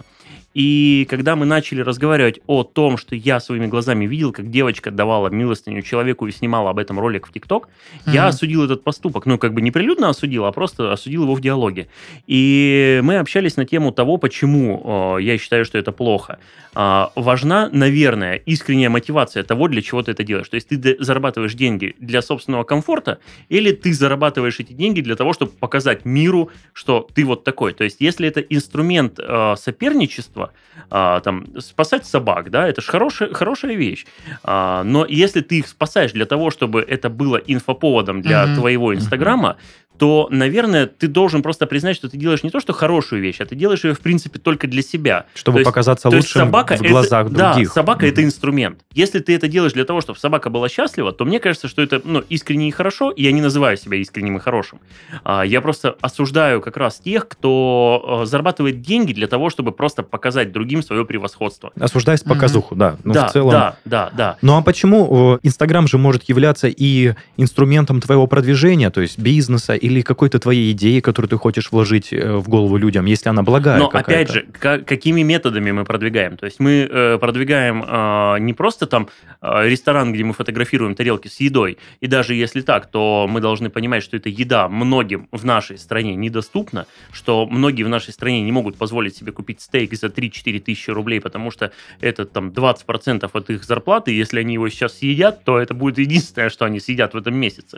И когда мы начали разговаривать о том, что я своими глазами видел, как девочка давала милостыню человеку и снимала об этом ролик в ТикТок, mm-hmm. я осудил этот поступок. Ну, как бы не прилюдно осудил, а просто осудил его в диалоге. И мы общались на тему того, почему э, я считаю, что это плохо. Э, важна, наверное, искренняя мотивация того, для чего ты это делаешь. То есть ты зарабатываешь деньги для собственного комфорта, или ты зарабатываешь эти деньги для того, чтобы показать миру, что ты вот такой. То есть если это инструмент э, соперничества, А, там, спасать собак, да, это же хорошая, хорошая вещь. А, но если ты их спасаешь для того, чтобы это было инфоповодом для mm-hmm. твоего Инстаграма, то, наверное, ты должен просто признать, что ты делаешь не то, что хорошую вещь, а ты делаешь ее, в принципе, только для себя. Чтобы то показаться есть, лучшим в глазах это, других. Да, собака mm-hmm. – это инструмент. Если ты это делаешь для того, чтобы собака была счастлива, то мне кажется, что это ну, искренне и хорошо, и я не называю себя искренним и хорошим. А, я просто осуждаю как раз тех, кто а, зарабатывает деньги для того, чтобы просто показать другим свое превосходство. Осуждать mm-hmm. показуху, да. Ну, да, в целом... да, да, да. Ну, а почему Инстаграм же может являться и инструментом твоего продвижения, то есть бизнеса, или какой-то твоей идеи, которую ты хочешь вложить в голову людям, если она благая Но, какая-то. опять же, к- какими методами мы продвигаем? То есть мы э, продвигаем э, не просто там э, ресторан, где мы фотографируем тарелки с едой, и даже если так, то мы должны понимать, что эта еда многим в нашей стране недоступна, что многие в нашей стране не могут позволить себе купить стейк за три-четыре тысячи рублей, потому что это там двадцать процентов от их зарплаты, и если они его сейчас съедят, то это будет единственное, что они съедят в этом месяце.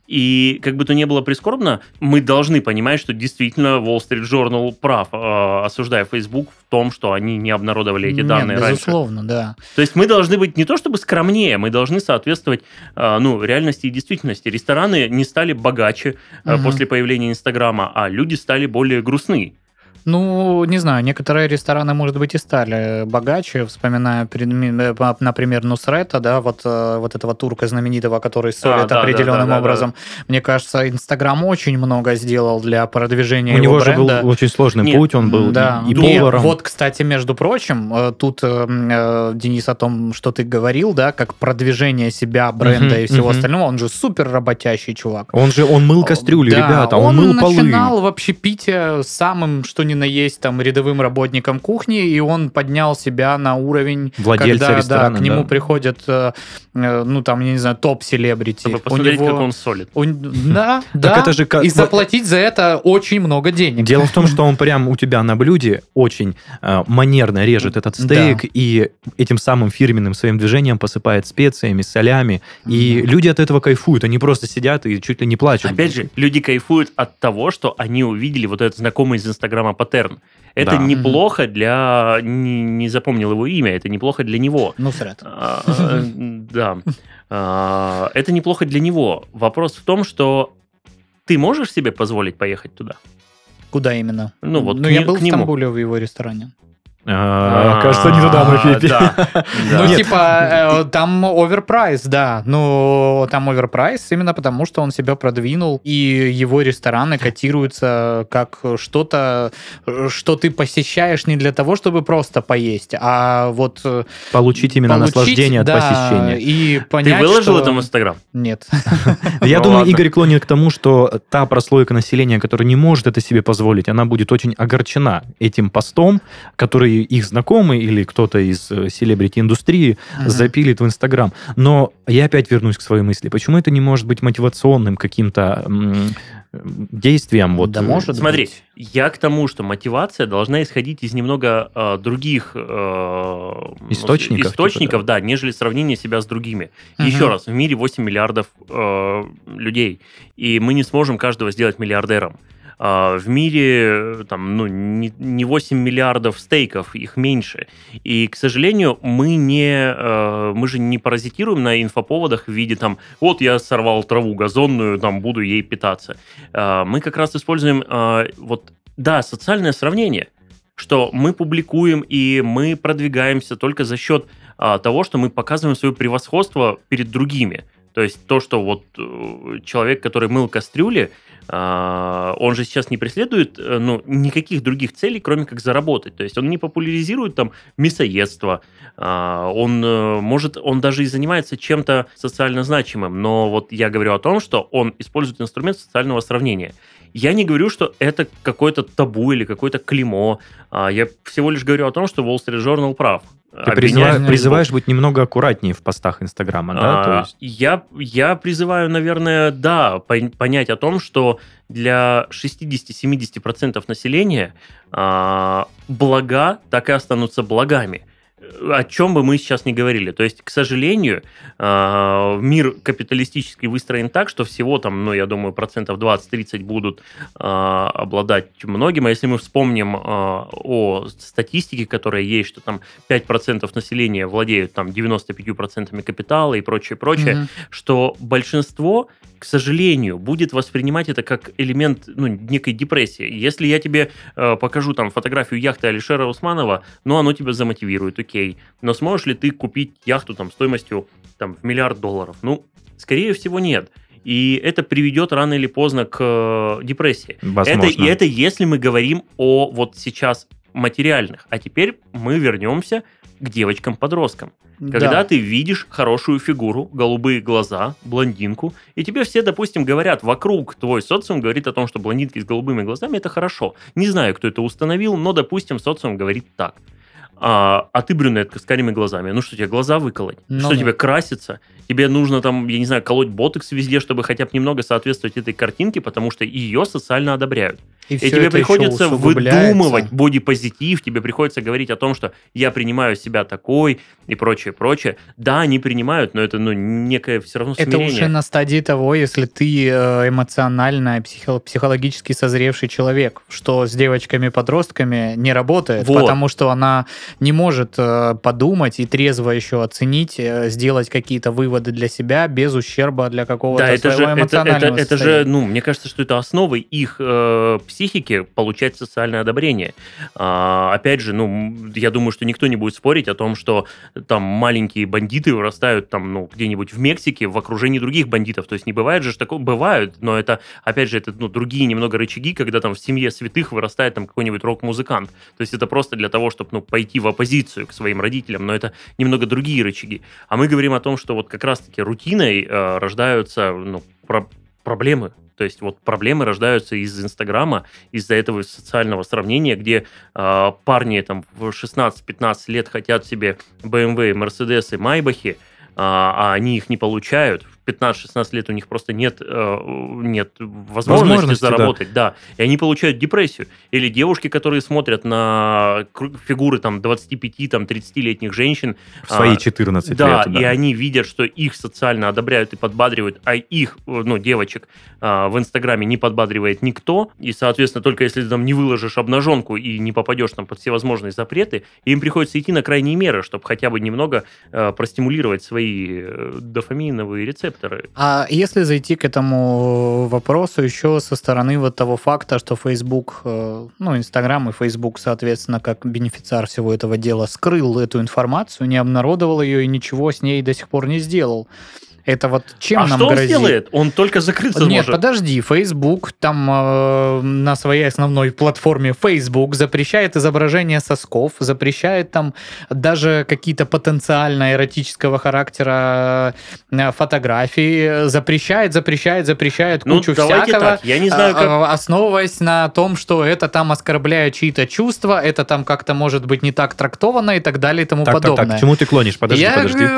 И как бы то ни было прискорбно, мы должны понимать, что действительно Wall Street Journal прав, э, осуждая Facebook в том, что они не обнародовали эти Нет, данные безусловно, раньше. Безусловно, да. То есть мы должны быть не то чтобы скромнее, мы должны соответствовать э, ну, реальности и действительности. Рестораны не стали богаче э, угу. после появления Инстаграма, а люди стали более грустны. Ну, не знаю, некоторые рестораны, может быть, и стали богаче, вспоминая, например, Нусрета, да, вот, вот этого турка знаменитого, который солит а, да, определенным да, да, образом. Да, да. Мне кажется, Инстаграм очень много сделал для продвижения У его него бренда. же был очень сложный Нет, путь, он был да. и, и поваром. Вот, кстати, между прочим, тут, э, Денис, о том, что ты говорил, да, как продвижение себя, бренда uh-huh, и всего uh-huh. остального, он же супер работящий чувак. Он же, он мыл кастрюли, да, ребята, он, он мыл полы. Он начинал в общепите самым, что ни на есть, там, рядовым работником кухни, и он поднял себя на уровень, владельца когда ресторана, да, к нему да. приходят, ну, там, я не знаю, топ-селебрити. Чтобы посмотреть, него... как он солит. У... Да, да, это же как... и заплатить за это очень много денег. Дело в том, что он прям у тебя на блюде очень э, манерно режет этот стейк, да. и этим самым фирменным своим движением посыпает специями, солями, mm-hmm. и люди от этого кайфуют, они просто сидят и чуть ли не плачут. Опять же, люди кайфуют от того, что они увидели вот этот знакомый из Инстаграма паттерн. Это да. неплохо для... Не, не запомнил его имя, это неплохо для него. Нусрет. А, да. А, это неплохо для него. Вопрос в том, что ты можешь себе позволить поехать туда? Куда именно? Ну, вот ну к, я был к в нему. Стамбуле в его ресторане. А, кажется, не туда мы пили. Ну, типа, там оверпрайс, да. Ну, там оверпрайс именно потому, что он себя продвинул, и его рестораны котируются как что-то, что ты посещаешь не для того, чтобы просто поесть, а вот... Получить именно наслаждение от посещения. И понять, Ты выложил это в Инстаграм? Нет. Я думаю, Игорь клонит к тому, что та прослойка населения, которая не может это себе позволить, она будет очень огорчена этим постом, который их знакомый или кто-то из селебрити-индустрии uh-huh. запилит в Инстаграм. Но я опять вернусь к своей мысли. Почему это не может быть мотивационным каким-то м- действием? Вот. Да может Смотри, быть. Я к тому, что мотивация должна исходить из немного э, других э, источников, источников типа, да. да, нежели сравнение себя с другими. Uh-huh. Еще раз, в мире восемь миллиардов э, людей, и мы не сможем каждого сделать миллиардером. А, в мире там, ну, не, не восемь миллиардов стейков, их меньше. И, к сожалению, мы, не, э, мы же не паразитируем на инфоповодах в виде там, вот я сорвал траву газонную, там, буду ей питаться. Э, мы как раз используем, э, вот, да, социальное сравнение, что мы публикуем и мы продвигаемся только за счет а, того, что мы показываем свое превосходство перед другими. То есть то, что вот человек, который мыл кастрюли, а, он же сейчас не преследует ну, никаких других целей, кроме как заработать. То есть он не популяризирует там мясоедство, а, он может, он даже и занимается чем-то социально значимым. Но вот я говорю о том, что он использует инструмент социального сравнения. Я не говорю, что это какое-то табу или какое-то клеймо. Я всего лишь говорю о том, что Wall Street Journal прав. Ты призываешь, призываешь быть немного аккуратнее в постах Инстаграма, да? А, То есть... я, я призываю, наверное, да, понять о том, что для шестьдесят-семьдесят процентов населения а, блага так и останутся благами. О чем бы мы сейчас ни говорили. То есть, к сожалению, мир капиталистический выстроен так, что всего там, ну, я думаю, процентов двадцать-тридцать будут обладать многим. А если мы вспомним о статистике, которая есть, что там пять процентов населения владеют там девяносто пять процентов капитала и прочее, прочее, mm-hmm. что большинство, к сожалению, будет воспринимать это как элемент ну, некой депрессии. Если я тебе покажу там фотографию яхты Алишера Усманова, ну, оно тебя замотивирует, окей. Но сможешь ли ты купить яхту там, стоимостью там, в миллиард долларов? Ну, скорее всего, нет. И это приведет рано или поздно к депрессии. Возможно. Это, и это если мы говорим о вот сейчас материальных. А теперь мы вернемся к девочкам-подросткам. Когда да. ты видишь хорошую фигуру, голубые глаза, блондинку, и тебе все, допустим, говорят, вокруг твой социум говорит о том, что блондинки с голубыми глазами – это хорошо. Не знаю, кто это установил, но, допустим, социум говорит так. А, а ты брюнетка с карими глазами. Ну что, тебе глаза выколоть? Ну, что, да. тебе краситься? Тебе нужно там, я не знаю, колоть ботокс везде, чтобы хотя бы немного соответствовать этой картинке, потому что ее социально одобряют. И, и тебе приходится выдумывать бодипозитив, тебе приходится говорить о том, что я принимаю себя такой и прочее, прочее. Да, они принимают, но это ну, некое все равно смирение. Это уже на стадии того, если ты эмоционально и психо- психологически созревший человек, что с девочками-подростками не работает, вот. Потому что она не может подумать и трезво еще оценить, сделать какие-то выводы для себя без ущерба для какого-то да, своего же, эмоционального это, это, это же, ну, мне кажется, что это основой их э, психики получать социальное одобрение. А, опять же, ну, я думаю, что никто не будет спорить о том, что там маленькие бандиты вырастают там, ну, где-нибудь в Мексике в окружении других бандитов. То есть не бывает же такого, бывают, но это, опять же, это ну, другие немного рычаги, когда там в семье святых вырастает там какой-нибудь рок-музыкант. То есть это просто для того, чтобы, ну, пойти в оппозицию к своим родителям, но это немного другие рычаги. А мы говорим о том, что вот как раз-таки рутиной э, рождаются ну, про- проблемы. То есть вот проблемы рождаются из Инстаграма, из-за этого социального сравнения, где э, парни там в шестнадцать-пятнадцать лет хотят себе бэ эм вэ, Мерседесы, Майбахи, э, а они их не получают. В пятнадцать-шестнадцать лет у них просто нет, э, нет возможности, возможности заработать. Да. Да. И они получают депрессию. Или девушки, которые смотрят на фигуры там, двадцать пять тридцатилетних женщин. В свои четырнадцать да, лет. Да, и они видят, что их социально одобряют и подбадривают, а их, ну, девочек э, в Инстаграме не подбадривает никто. И, соответственно, только если ты там не выложишь обнаженку и не попадешь там под всевозможные запреты, им приходится идти на крайние меры, чтобы хотя бы немного э, простимулировать свои э, дофаминовые рецепторы. А если зайти к этому вопросу еще со стороны вот того факта, что Facebook, ну, Instagram и Facebook, соответственно, как бенефициар всего этого дела, скрыл эту информацию, не обнародовал ее и ничего с ней до сих пор не сделал. Это вот чем а нам что грозит? он сделает? Он только закрыться Нет, может. подожди, Facebook там э, на своей основной платформе Facebook запрещает изображение сосков, запрещает там даже какие-то потенциально эротического характера э, фотографии, запрещает, запрещает, запрещает ну, кучу давайте всякого, так. Я не знаю, как... э, основываясь на том, что это там оскорбляет чьи-то чувства, это там как-то может быть не так трактовано и так далее и тому так, подобное. Так, так, к чему ты клонишь? Подожди, Я... подожди.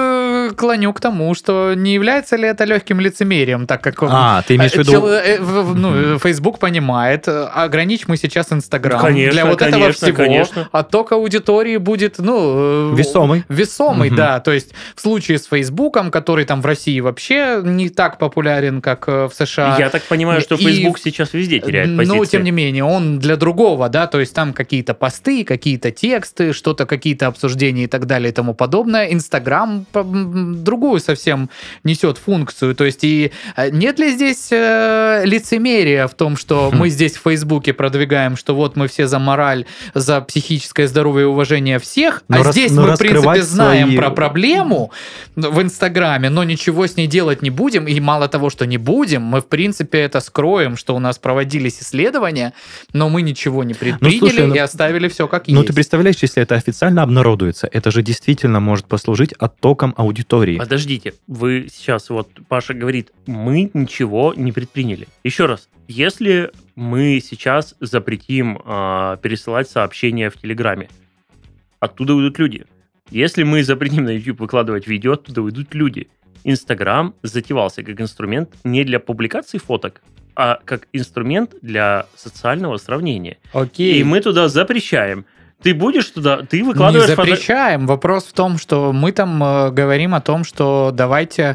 э, клоню к тому, что не является ли это легким лицемерием, так как... А, ты имеешь в виду... чел- э, в- ну, Facebook понимает, э, ограничь мы сейчас Инстаграм. Конечно, Для вот этого конечно, всего конечно. отток аудитории будет, ну... э, Весомый. Весомый, Мгм. да. То есть в случае с Фейсбуком, который там в России вообще не так популярен, как э, в США. Я так понимаю, что И- Facebook сейчас везде теряет позиции. Но, тем не менее, он для другого, да, то есть там какие-то посты, какие-то тексты, что-то, какие-то обсуждения и так далее и тому подобное. Инстаграм по- м, другую совсем несет функцию. То есть и э, нет ли здесь э, лицемерия в том, что Хм. мы здесь в Фейсбуке продвигаем, что вот мы все за мораль, за психическое здоровье и уважение всех, Но а рас- здесь но мы, в принципе, раскрывать знаем свои- про проблему в Инстаграме, но ничего с ней делать не будем, и мало того, что не будем, мы, в принципе, это скроем, что у нас проводились исследования, но мы ничего не предприняли слушай, ну- и оставили все как Ну, есть. ты представляешь, если это официально обнародуется, это же действительно может послужить оттоком аудитории. Подождите, вы сейчас, вот Паша говорит, мы ничего не предприняли. Еще раз, если мы сейчас запретим э, пересылать сообщения в Телеграме, оттуда уйдут люди. Если мы запретим на YouTube выкладывать видео, оттуда уйдут люди. Инстаграм затевался как инструмент не для публикации фоток, а как инструмент для социального сравнения. Окей. И мы туда запрещаем. Ты будешь туда, ты Не выкладываешь фото- запрещаем. Вопрос в том, что мы там э, говорим о том, что давайте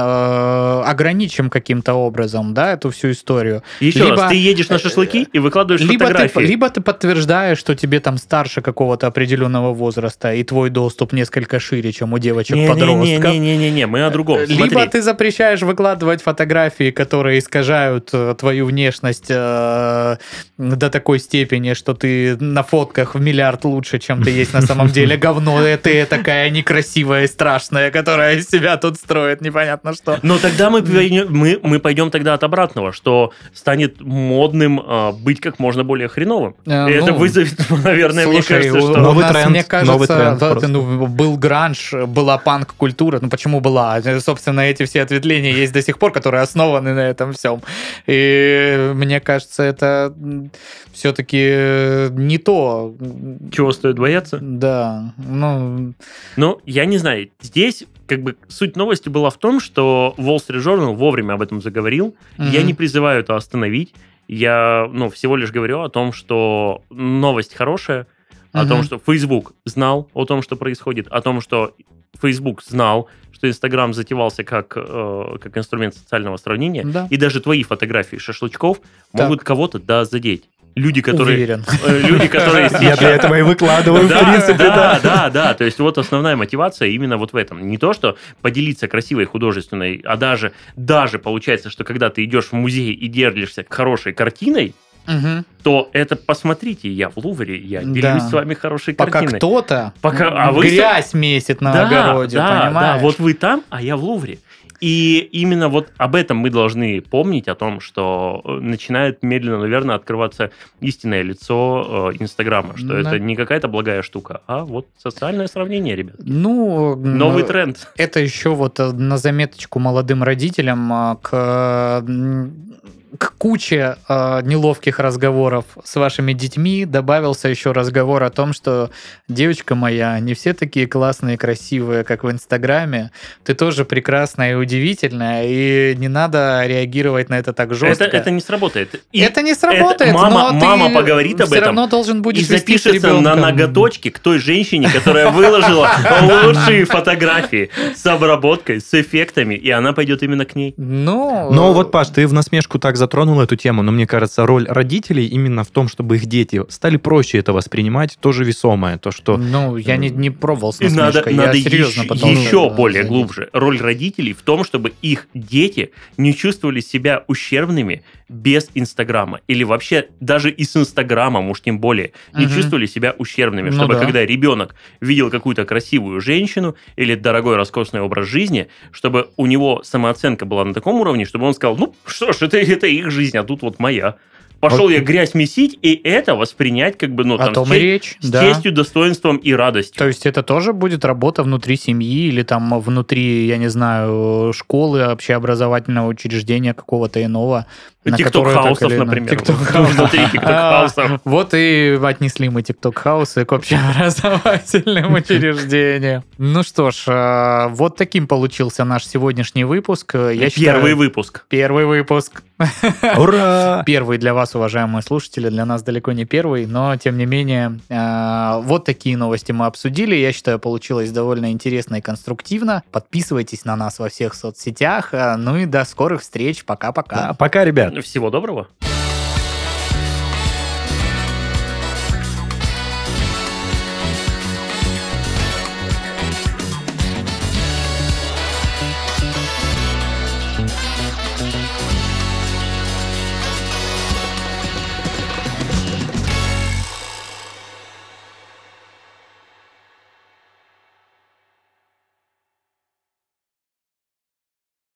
э, ограничим каким-то образом, да, эту всю историю. Еще Либо- раз, ты едешь на шашлыки и выкладываешь Либо ты, фотографии. либо ты подтверждаешь, что тебе там старше какого-то определенного возраста, и твой доступ несколько шире, чем у девочек-подростков. Не-не-не, мы о другом. Либо Смотри. ты запрещаешь выкладывать фотографии, которые искажают э, твою внешность э, до такой степени, что ты на фотках в миллиард лучше, чем ты есть на самом деле. Говно, и ты такая некрасивая и страшная, которая из себя тут строит непонятно что. Но тогда мы, пойдем- мы, мы пойдем тогда от обратного, что станет модным а, быть как можно более хреновым. Э, И это ну, вызовет, наверное, мне Слушай, кажется, у, что... у Новый нас, тренд, мне кажется, новый тренд да, просто. ну, был гранж, была панк-культура. Ну, почему была? Собственно, эти все ответвления есть до сих пор, которые основаны на этом всем. И мне кажется, это все-таки не то. Чего стоит бояться? Да, ну... Ну, я не знаю. Здесь как бы суть новости была в том, что Wall Street Journal вовремя об этом заговорил. Я мгм. не призываю это остановить. Я, ну, всего лишь говорю о том, что новость хорошая, о Мгм. том, что Facebook знал о том, что происходит, о том, что Facebook знал, что Instagram затевался как, э, как инструмент социального сравнения, Да. и даже твои фотографии шашлычков Так. могут кого-то, да, задеть. Люди, которые... Уверен. э, Люди, которые Я для сейчас... этого и выкладываю, в Да, принципе, да, да. да, да. То есть вот основная мотивация именно вот в этом. Не то, что поделиться красивой художественной, а даже, даже получается, что когда ты идешь в музей и держишься хорошей картиной, Мгм. то это посмотрите, я в Лувре, я делюсь Да. с вами хорошей Пока картиной. кто-то Пока- а вы грязь месит на Да, огороде, да, понимаешь? да, вот вы там, а я в Лувре. И именно вот об этом мы должны помнить, о том, что э, начинает медленно, наверное, открываться истинное лицо э, Инстаграма, что Да. это не какая-то благая штука, а вот социальное сравнение, ребят. Ну, Новый м, тренд. это еще вот э, на заметочку молодым родителям а, к, м, к куче э, неловких разговоров с вашими детьми добавился еще разговор о том, что девочка моя, не все такие классные и красивые, как в Инстаграме. Ты тоже прекрасная и удивительная, и не надо реагировать на это так жестко. Это, это не сработает. И Это не сработает, это- мама, но ты мама поговорит об все этом равно должен будешь и вести с запишется на ребенком. ноготочки к той женщине, которая выложила лучшие фотографии с обработкой, с эффектами, и она пойдет именно к ней. Ну, Но вот, Паш, ты в насмешку так затронул эту тему, но мне кажется, роль родителей именно в том, чтобы их дети стали проще это воспринимать, тоже весомая. То, что Ну, я не, не пробовал с И надо, насмешкой, надо я серьезно еще, пытался еще более зайти. глубже. Роль родителей в том, чтобы их дети не чувствовали себя ущербными без Инстаграма. Или вообще даже и с Инстаграмом, уж тем более, не Мгм. чувствовали себя ущербными. Ну Чтобы да. когда ребенок видел какую-то красивую женщину или дорогой роскошный образ жизни, чтобы у него самооценка была на таком уровне, чтобы он сказал, ну что ж, это, это их жизнь, а тут вот моя. Пошел Вот. я грязь месить, и это воспринять как бы, ну, О там, том с, и че- речь, с да. честью, достоинством и радостью. То есть это тоже будет работа внутри семьи или там внутри, я не знаю, школы, общеобразовательного учреждения какого-то иного. на которое так Тикток-хаусов, или иначе- например. Тикток-хаусов. Внутри А, тикток-хаусов. Вот и отнесли мы тикток-хаусы к общеобразовательным учреждениям. Ну что ж, а, вот таким получился наш сегодняшний выпуск. Я считаю, Первый выпуск. Первый выпуск. Ура! Первый для вас, уважаемые слушатели, для нас далеко не первый, но тем не менее, э, вот такие новости мы обсудили. Я считаю, получилось довольно интересно и конструктивно. Подписывайтесь на нас во всех соцсетях. э, Ну и до скорых встреч. Пока-пока. Да, пока, ребят. Всего доброго.